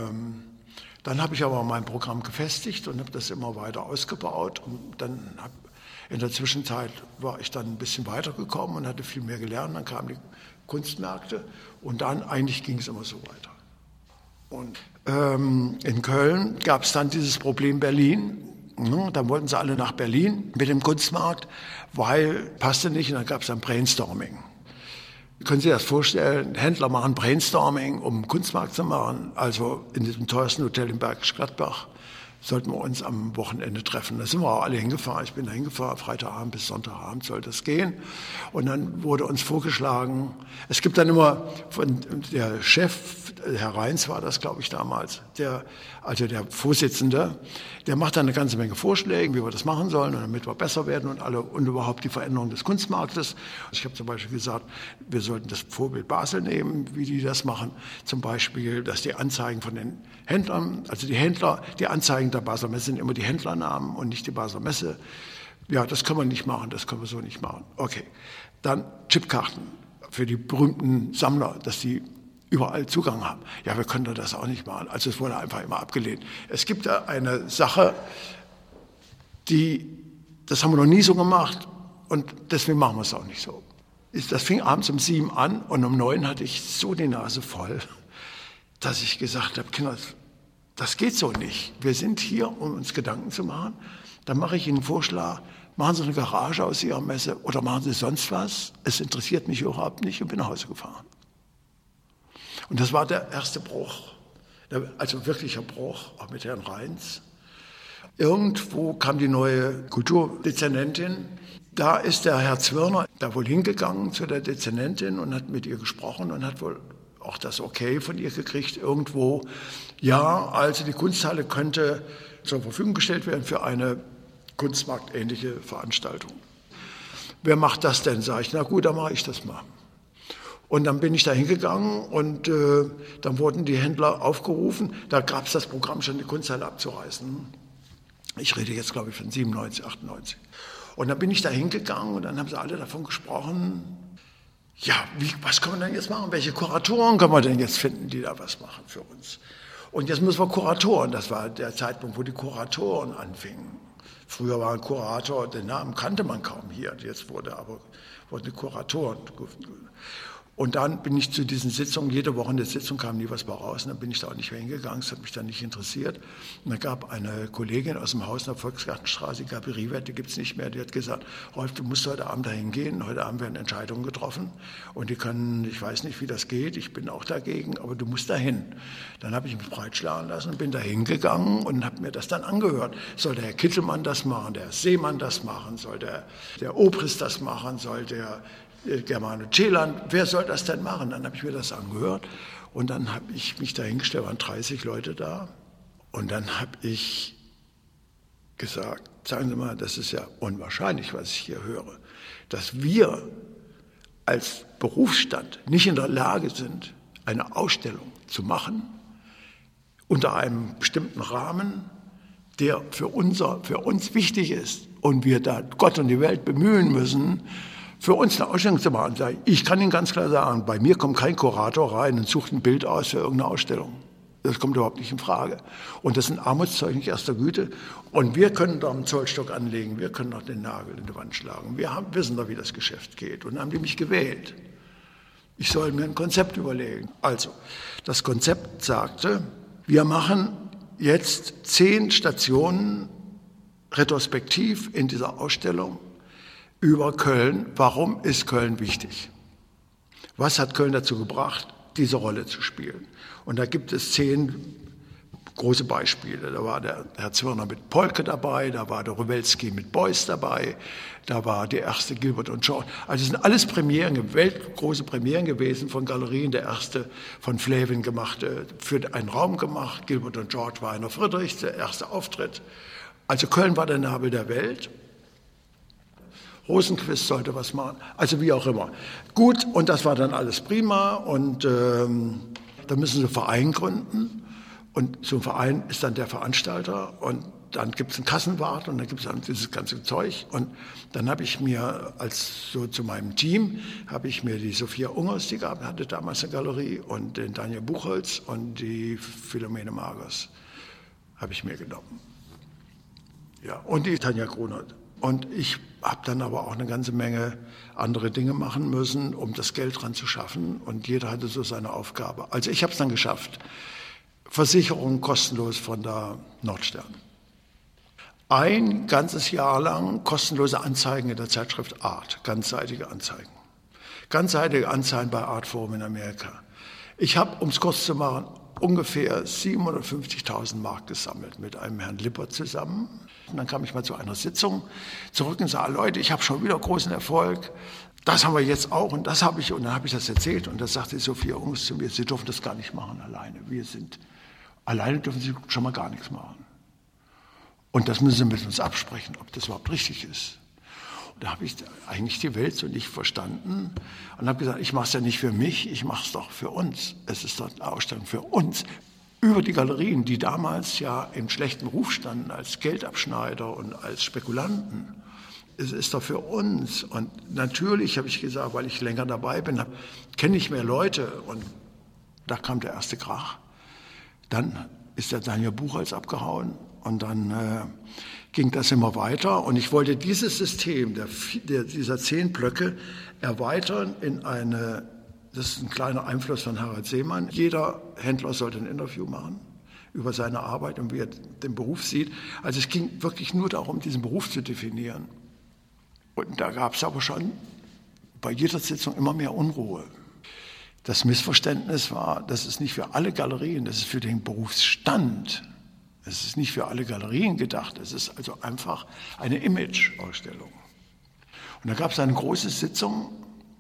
dann habe ich aber mein Programm gefestigt und habe das immer weiter ausgebaut. Und dann in der Zwischenzeit war ich dann ein bisschen weitergekommen und hatte viel mehr gelernt. Dann kamen die Kunstmärkte und dann eigentlich ging es immer so weiter. Und in Köln gab es dann dieses Problem Berlin. Dann wollten sie alle nach Berlin mit dem Kunstmarkt, weil passte nicht und dann gab es ein Brainstorming. Können Sie sich das vorstellen? Händler machen Brainstorming, um einen Kunstmarkt zu machen. Also in diesem teuersten Hotel in Bergisch Gladbach sollten wir uns am Wochenende treffen. Da sind wir auch alle hingefahren. Ich bin da hingefahren, Freitagabend bis Sonntagabend soll das gehen. Und dann wurde uns vorgeschlagen, es gibt dann immer von der Chef, Herr Reins war das, glaube ich, damals, also der Vorsitzende, der macht dann eine ganze Menge Vorschläge, wie wir das machen sollen, und damit wir besser werden und überhaupt die Veränderung des Kunstmarktes. Ich habe zum Beispiel gesagt, wir sollten das Vorbild Basel nehmen, wie die das machen. Zum Beispiel, dass die Anzeigen von den Händlern, also die Händler, die Anzeigen der Basler Messe sind immer die Händlernamen und nicht die Basler Messe. Ja, das können wir nicht machen, das können wir so nicht machen. Okay, dann Chipkarten für die berühmten Sammler, dass die überall Zugang haben. Ja, wir können das auch nicht machen. Also es wurde einfach immer abgelehnt. Es gibt da eine Sache, das haben wir noch nie so gemacht und deswegen machen wir es auch nicht so. Das fing abends um 7 an und um 9 hatte ich so die Nase voll, dass ich gesagt habe, Kinder, das geht so nicht. Wir sind hier, um uns Gedanken zu machen. Dann mache ich Ihnen einen Vorschlag, machen Sie eine Garage aus Ihrer Messe oder machen Sie sonst was. Es interessiert mich überhaupt nicht und bin nach Hause gefahren. Und das war der erste Bruch, also wirklicher Bruch, auch mit Herrn Reins. Irgendwo kam die neue Kulturdezernentin. Da ist der Herr Zwirner da wohl hingegangen zu der Dezernentin und hat mit ihr gesprochen und hat wohl auch das Okay von ihr gekriegt irgendwo. Ja, also die Kunsthalle könnte zur Verfügung gestellt werden für eine kunstmarktähnliche Veranstaltung. Wer macht das denn? Sag ich, na gut, dann mache ich das mal. Und dann bin ich da hingegangen und dann wurden die Händler aufgerufen. Da gab es das Programm schon, die Kunsthalle abzureißen. Ich rede jetzt, glaube ich, von 97, 98. Und dann bin ich da hingegangen und dann haben sie alle davon gesprochen, ja, was können wir denn jetzt machen? Welche Kuratoren können wir denn jetzt finden, die da was machen für uns? Und jetzt müssen wir Kuratoren. Das war der Zeitpunkt, wo die Kuratoren anfingen. Früher war ein Kurator, den Namen kannte man kaum hier. Jetzt wurden die Kuratoren. Und dann bin ich zu diesen Sitzungen, jede Woche in der Sitzung kam nie was bei raus. Und dann bin ich da auch nicht mehr hingegangen, das hat mich dann nicht interessiert. Und dann gab eine Kollegin aus dem Haus in der Volksgartenstraße, Gabi Riewert, die gibt es nicht mehr, die hat gesagt, Rolf, du musst heute Abend dahin gehen, heute Abend werden Entscheidungen getroffen. Und die können, ich weiß nicht, wie das geht, ich bin auch dagegen, aber du musst dahin. Dann habe ich mich breitschlagen lassen und bin da hingegangen und habe mir das dann angehört. Soll der Herr Kittelmann das machen, der Herr Seemann das machen, soll der Obrist das machen, soll der Germano Celand, wer soll das denn machen? Dann habe ich mir das angehört und dann habe ich mich dahingestellt, waren 30 Leute da und dann habe ich gesagt, sagen Sie mal, das ist ja unwahrscheinlich, was ich hier höre, dass wir als Berufsstand nicht in der Lage sind, eine Ausstellung zu machen unter einem bestimmten Rahmen, der für uns wichtig ist und wir da Gott und die Welt bemühen müssen, für uns eine Ausstellung zu machen. Ich kann Ihnen ganz klar sagen, bei mir kommt kein Kurator rein und sucht ein Bild aus für irgendeine Ausstellung. Das kommt überhaupt nicht in Frage. Und das sind Armutszeugnis erster Güte. Und wir können da einen Zollstock anlegen, wir können noch den Nagel in die Wand schlagen. Wir wissen doch, wie das Geschäft geht. Und dann haben die mich gewählt. Ich soll mir ein Konzept überlegen. Also, das Konzept sagte, wir machen jetzt 10 Stationen retrospektiv in dieser Ausstellung über Köln. Warum ist Köln wichtig? Was hat Köln dazu gebracht, diese Rolle zu spielen. Und da gibt es 10 große Beispiele. Da war der Herr Zwirner mit Polke dabei, da war der Rowelski mit Beuys dabei, da war die erste Gilbert und George. Also es sind alles Premieren, weltgroße Premieren gewesen von Galerien. Der erste von Flavin gemacht, für einen Raum gemacht. Gilbert und George war einer Friedrichs, der erste Auftritt. Also Köln war der Nabel der Welt. Rosenquist sollte was machen, also wie auch immer. Gut, und das war dann alles prima und da müssen sie einen Verein gründen. Und so ein Verein ist dann der Veranstalter und dann gibt es einen Kassenwart und dann gibt es dann dieses ganze Zeug. Und dann habe ich mir zu meinem Team, habe ich mir die Sophia Ungers, die hatte damals eine Galerie, und den Daniel Buchholz und die Philomene Magers habe ich mir genommen. Ja, und die Tanja Grunert. Und ich habe dann aber auch eine ganze Menge andere Dinge machen müssen, um das Geld dran zu schaffen. Und jeder hatte so seine Aufgabe. Also ich habe es dann geschafft. Versicherung kostenlos von der Nordstern. Ein ganzes Jahr lang kostenlose Anzeigen in der Zeitschrift Art, ganzseitige Anzeigen. Ganzseitige Anzeigen bei Artforum in Amerika. Ich habe, um es kurz zu machen, ungefähr 750.000 Mark gesammelt mit einem Herrn Lippert zusammen. Und dann kam ich mal zu einer Sitzung zurück und sagte, Leute, ich habe schon wieder großen Erfolg. Das haben wir jetzt auch und das habe ich. Und dann habe ich das erzählt und da sagte Sophia Ungers zu mir, Sie dürfen das gar nicht machen alleine. Alleine dürfen Sie schon mal gar nichts machen. Und das müssen Sie mit uns absprechen, ob das überhaupt richtig ist. Und da habe ich eigentlich die Welt so nicht verstanden und habe gesagt, ich mache es ja nicht für mich, ich mache es doch für uns. Es ist doch eine Ausstellung für uns. Über die Galerien, die damals ja im schlechten Ruf standen als Geldabschneider und als Spekulanten. Es ist doch für uns. Und natürlich habe ich gesagt, weil ich länger dabei bin, kenne ich mehr Leute. Und da kam der erste Krach. Dann ist der Daniel Buchholz abgehauen und dann ging das immer weiter. Und ich wollte dieses System dieser 10 Blöcke erweitern in das ist ein kleiner Einfluss von Harald Seemann. Jeder Händler sollte ein Interview machen über seine Arbeit und wie er den Beruf sieht. Also es ging wirklich nur darum, diesen Beruf zu definieren. Und da gab es aber schon bei jeder Sitzung immer mehr Unruhe. Das Missverständnis war, das ist nicht für alle Galerien, das ist für den Berufsstand. Es ist nicht für alle Galerien gedacht, es ist also einfach eine Image-Ausstellung. Und da gab es eine große Sitzung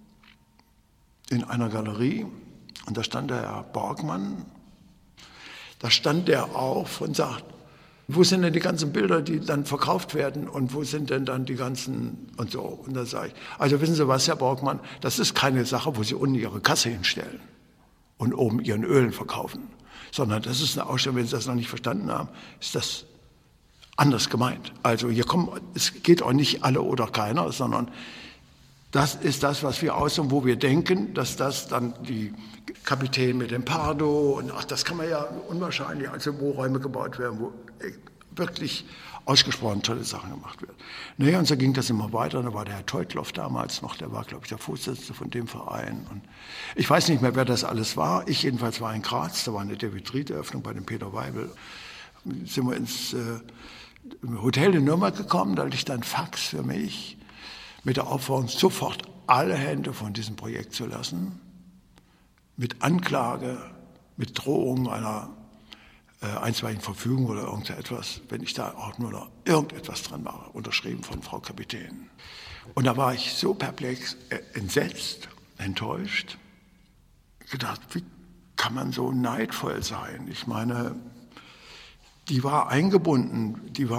in einer Galerie und da stand der Herr Borgmann, da stand der auf und sagt, wo sind denn die ganzen Bilder, die dann verkauft werden und wo sind denn dann die ganzen und so. Und da sage ich, also wissen Sie was, Herr Borgmann, das ist keine Sache, wo Sie unten Ihre Kasse hinstellen und oben Ihren Ölen verkaufen, sondern das ist eine Ausstellung, wenn Sie das noch nicht verstanden haben, ist das anders gemeint. Also es geht auch nicht alle oder keiner, sondern das ist das, was wir aussuchen, wo wir denken, dass das dann die Kapitän mit dem Pardo und das kann man ja unwahrscheinlich, also wo Räume gebaut werden, wo wirklich ausgesprochen tolle Sachen gemacht werden. Naja, und so ging das immer weiter. Da war der Herr Teutloff damals noch, der war, glaube ich, der Vorsitzende von dem Verein. Und ich weiß nicht mehr, wer das alles war. Ich jedenfalls war in Graz, da war eine David-Ried-Eröffnung bei dem Peter Weibel. Sind wir ins Hotel in Nürnberg gekommen, da liegt ein Fax für mich mit der Aufforderung, sofort alle Hände von diesem Projekt zu lassen, mit Anklage, mit Drohung einer einstweiligen Verfügung oder irgendetwas, wenn ich da auch nur noch irgendetwas dran mache, unterschrieben von Frau Kapitän. Und da war ich so perplex, entsetzt, enttäuscht, gedacht, wie kann man so neidvoll sein? Ich meine, die war eingebunden,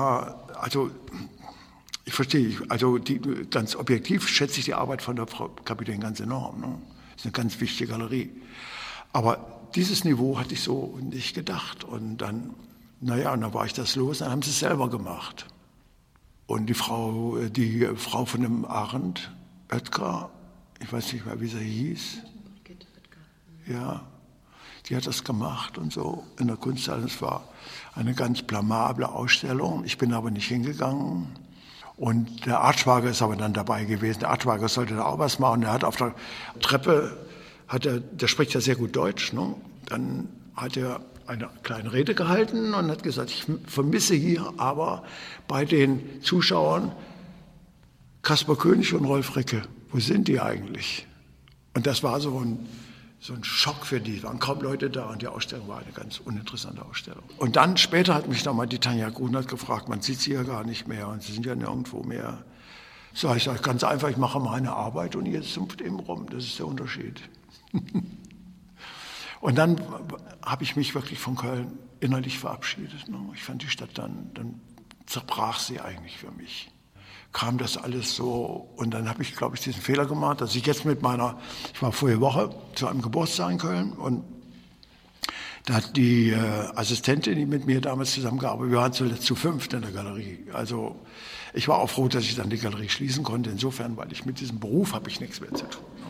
ich verstehe, ganz objektiv schätze ich die Arbeit von der Frau Kapitän ganz enorm. Ne? Das ist eine ganz wichtige Galerie. Aber dieses Niveau hatte ich so nicht gedacht. Und dann war ich das los, dann haben sie es selber gemacht. Und die Frau von dem Arndt, Oetker, ich weiß nicht mehr, wie sie hieß. Ja, die hat das gemacht und so in der Kunsthalle. Es war eine ganz blamable Ausstellung. Ich bin aber nicht hingegangen. Und der Artschwager ist aber dann dabei gewesen. Der Artschwager sollte da auch was machen. Er hat auf der Treppe, der spricht ja sehr gut Deutsch, ne? Dann hat er eine kleine Rede gehalten und hat gesagt, ich vermisse hier aber bei den Zuschauern Kaspar König und Rolf Ricke. Wo sind die eigentlich? Und das war so so ein Schock für die. Es waren kaum Leute da und die Ausstellung war eine ganz uninteressante Ausstellung. Und dann später hat mich nochmal die Tanja Grunert gefragt, man sieht sie ja gar nicht mehr und sie sind ja nirgendwo mehr. So, ich sage ganz einfach, ich mache meine Arbeit und ihr zupft eben rum. Das ist der Unterschied. Und dann habe ich mich wirklich von Köln innerlich verabschiedet. Ich fand die Stadt dann zerbrach sie eigentlich für mich. Kam das alles so und dann habe ich, glaube ich, diesen Fehler gemacht, dass ich jetzt ich war vorige Woche zu einem Geburtstag in Köln und da hat die Assistentin, die mit mir damals zusammengearbeitet, wir waren zuletzt zu 5 in der Galerie. Also ich war auch froh, dass ich dann die Galerie schließen konnte, insofern, weil mit diesem Beruf habe ich nichts mehr zu tun.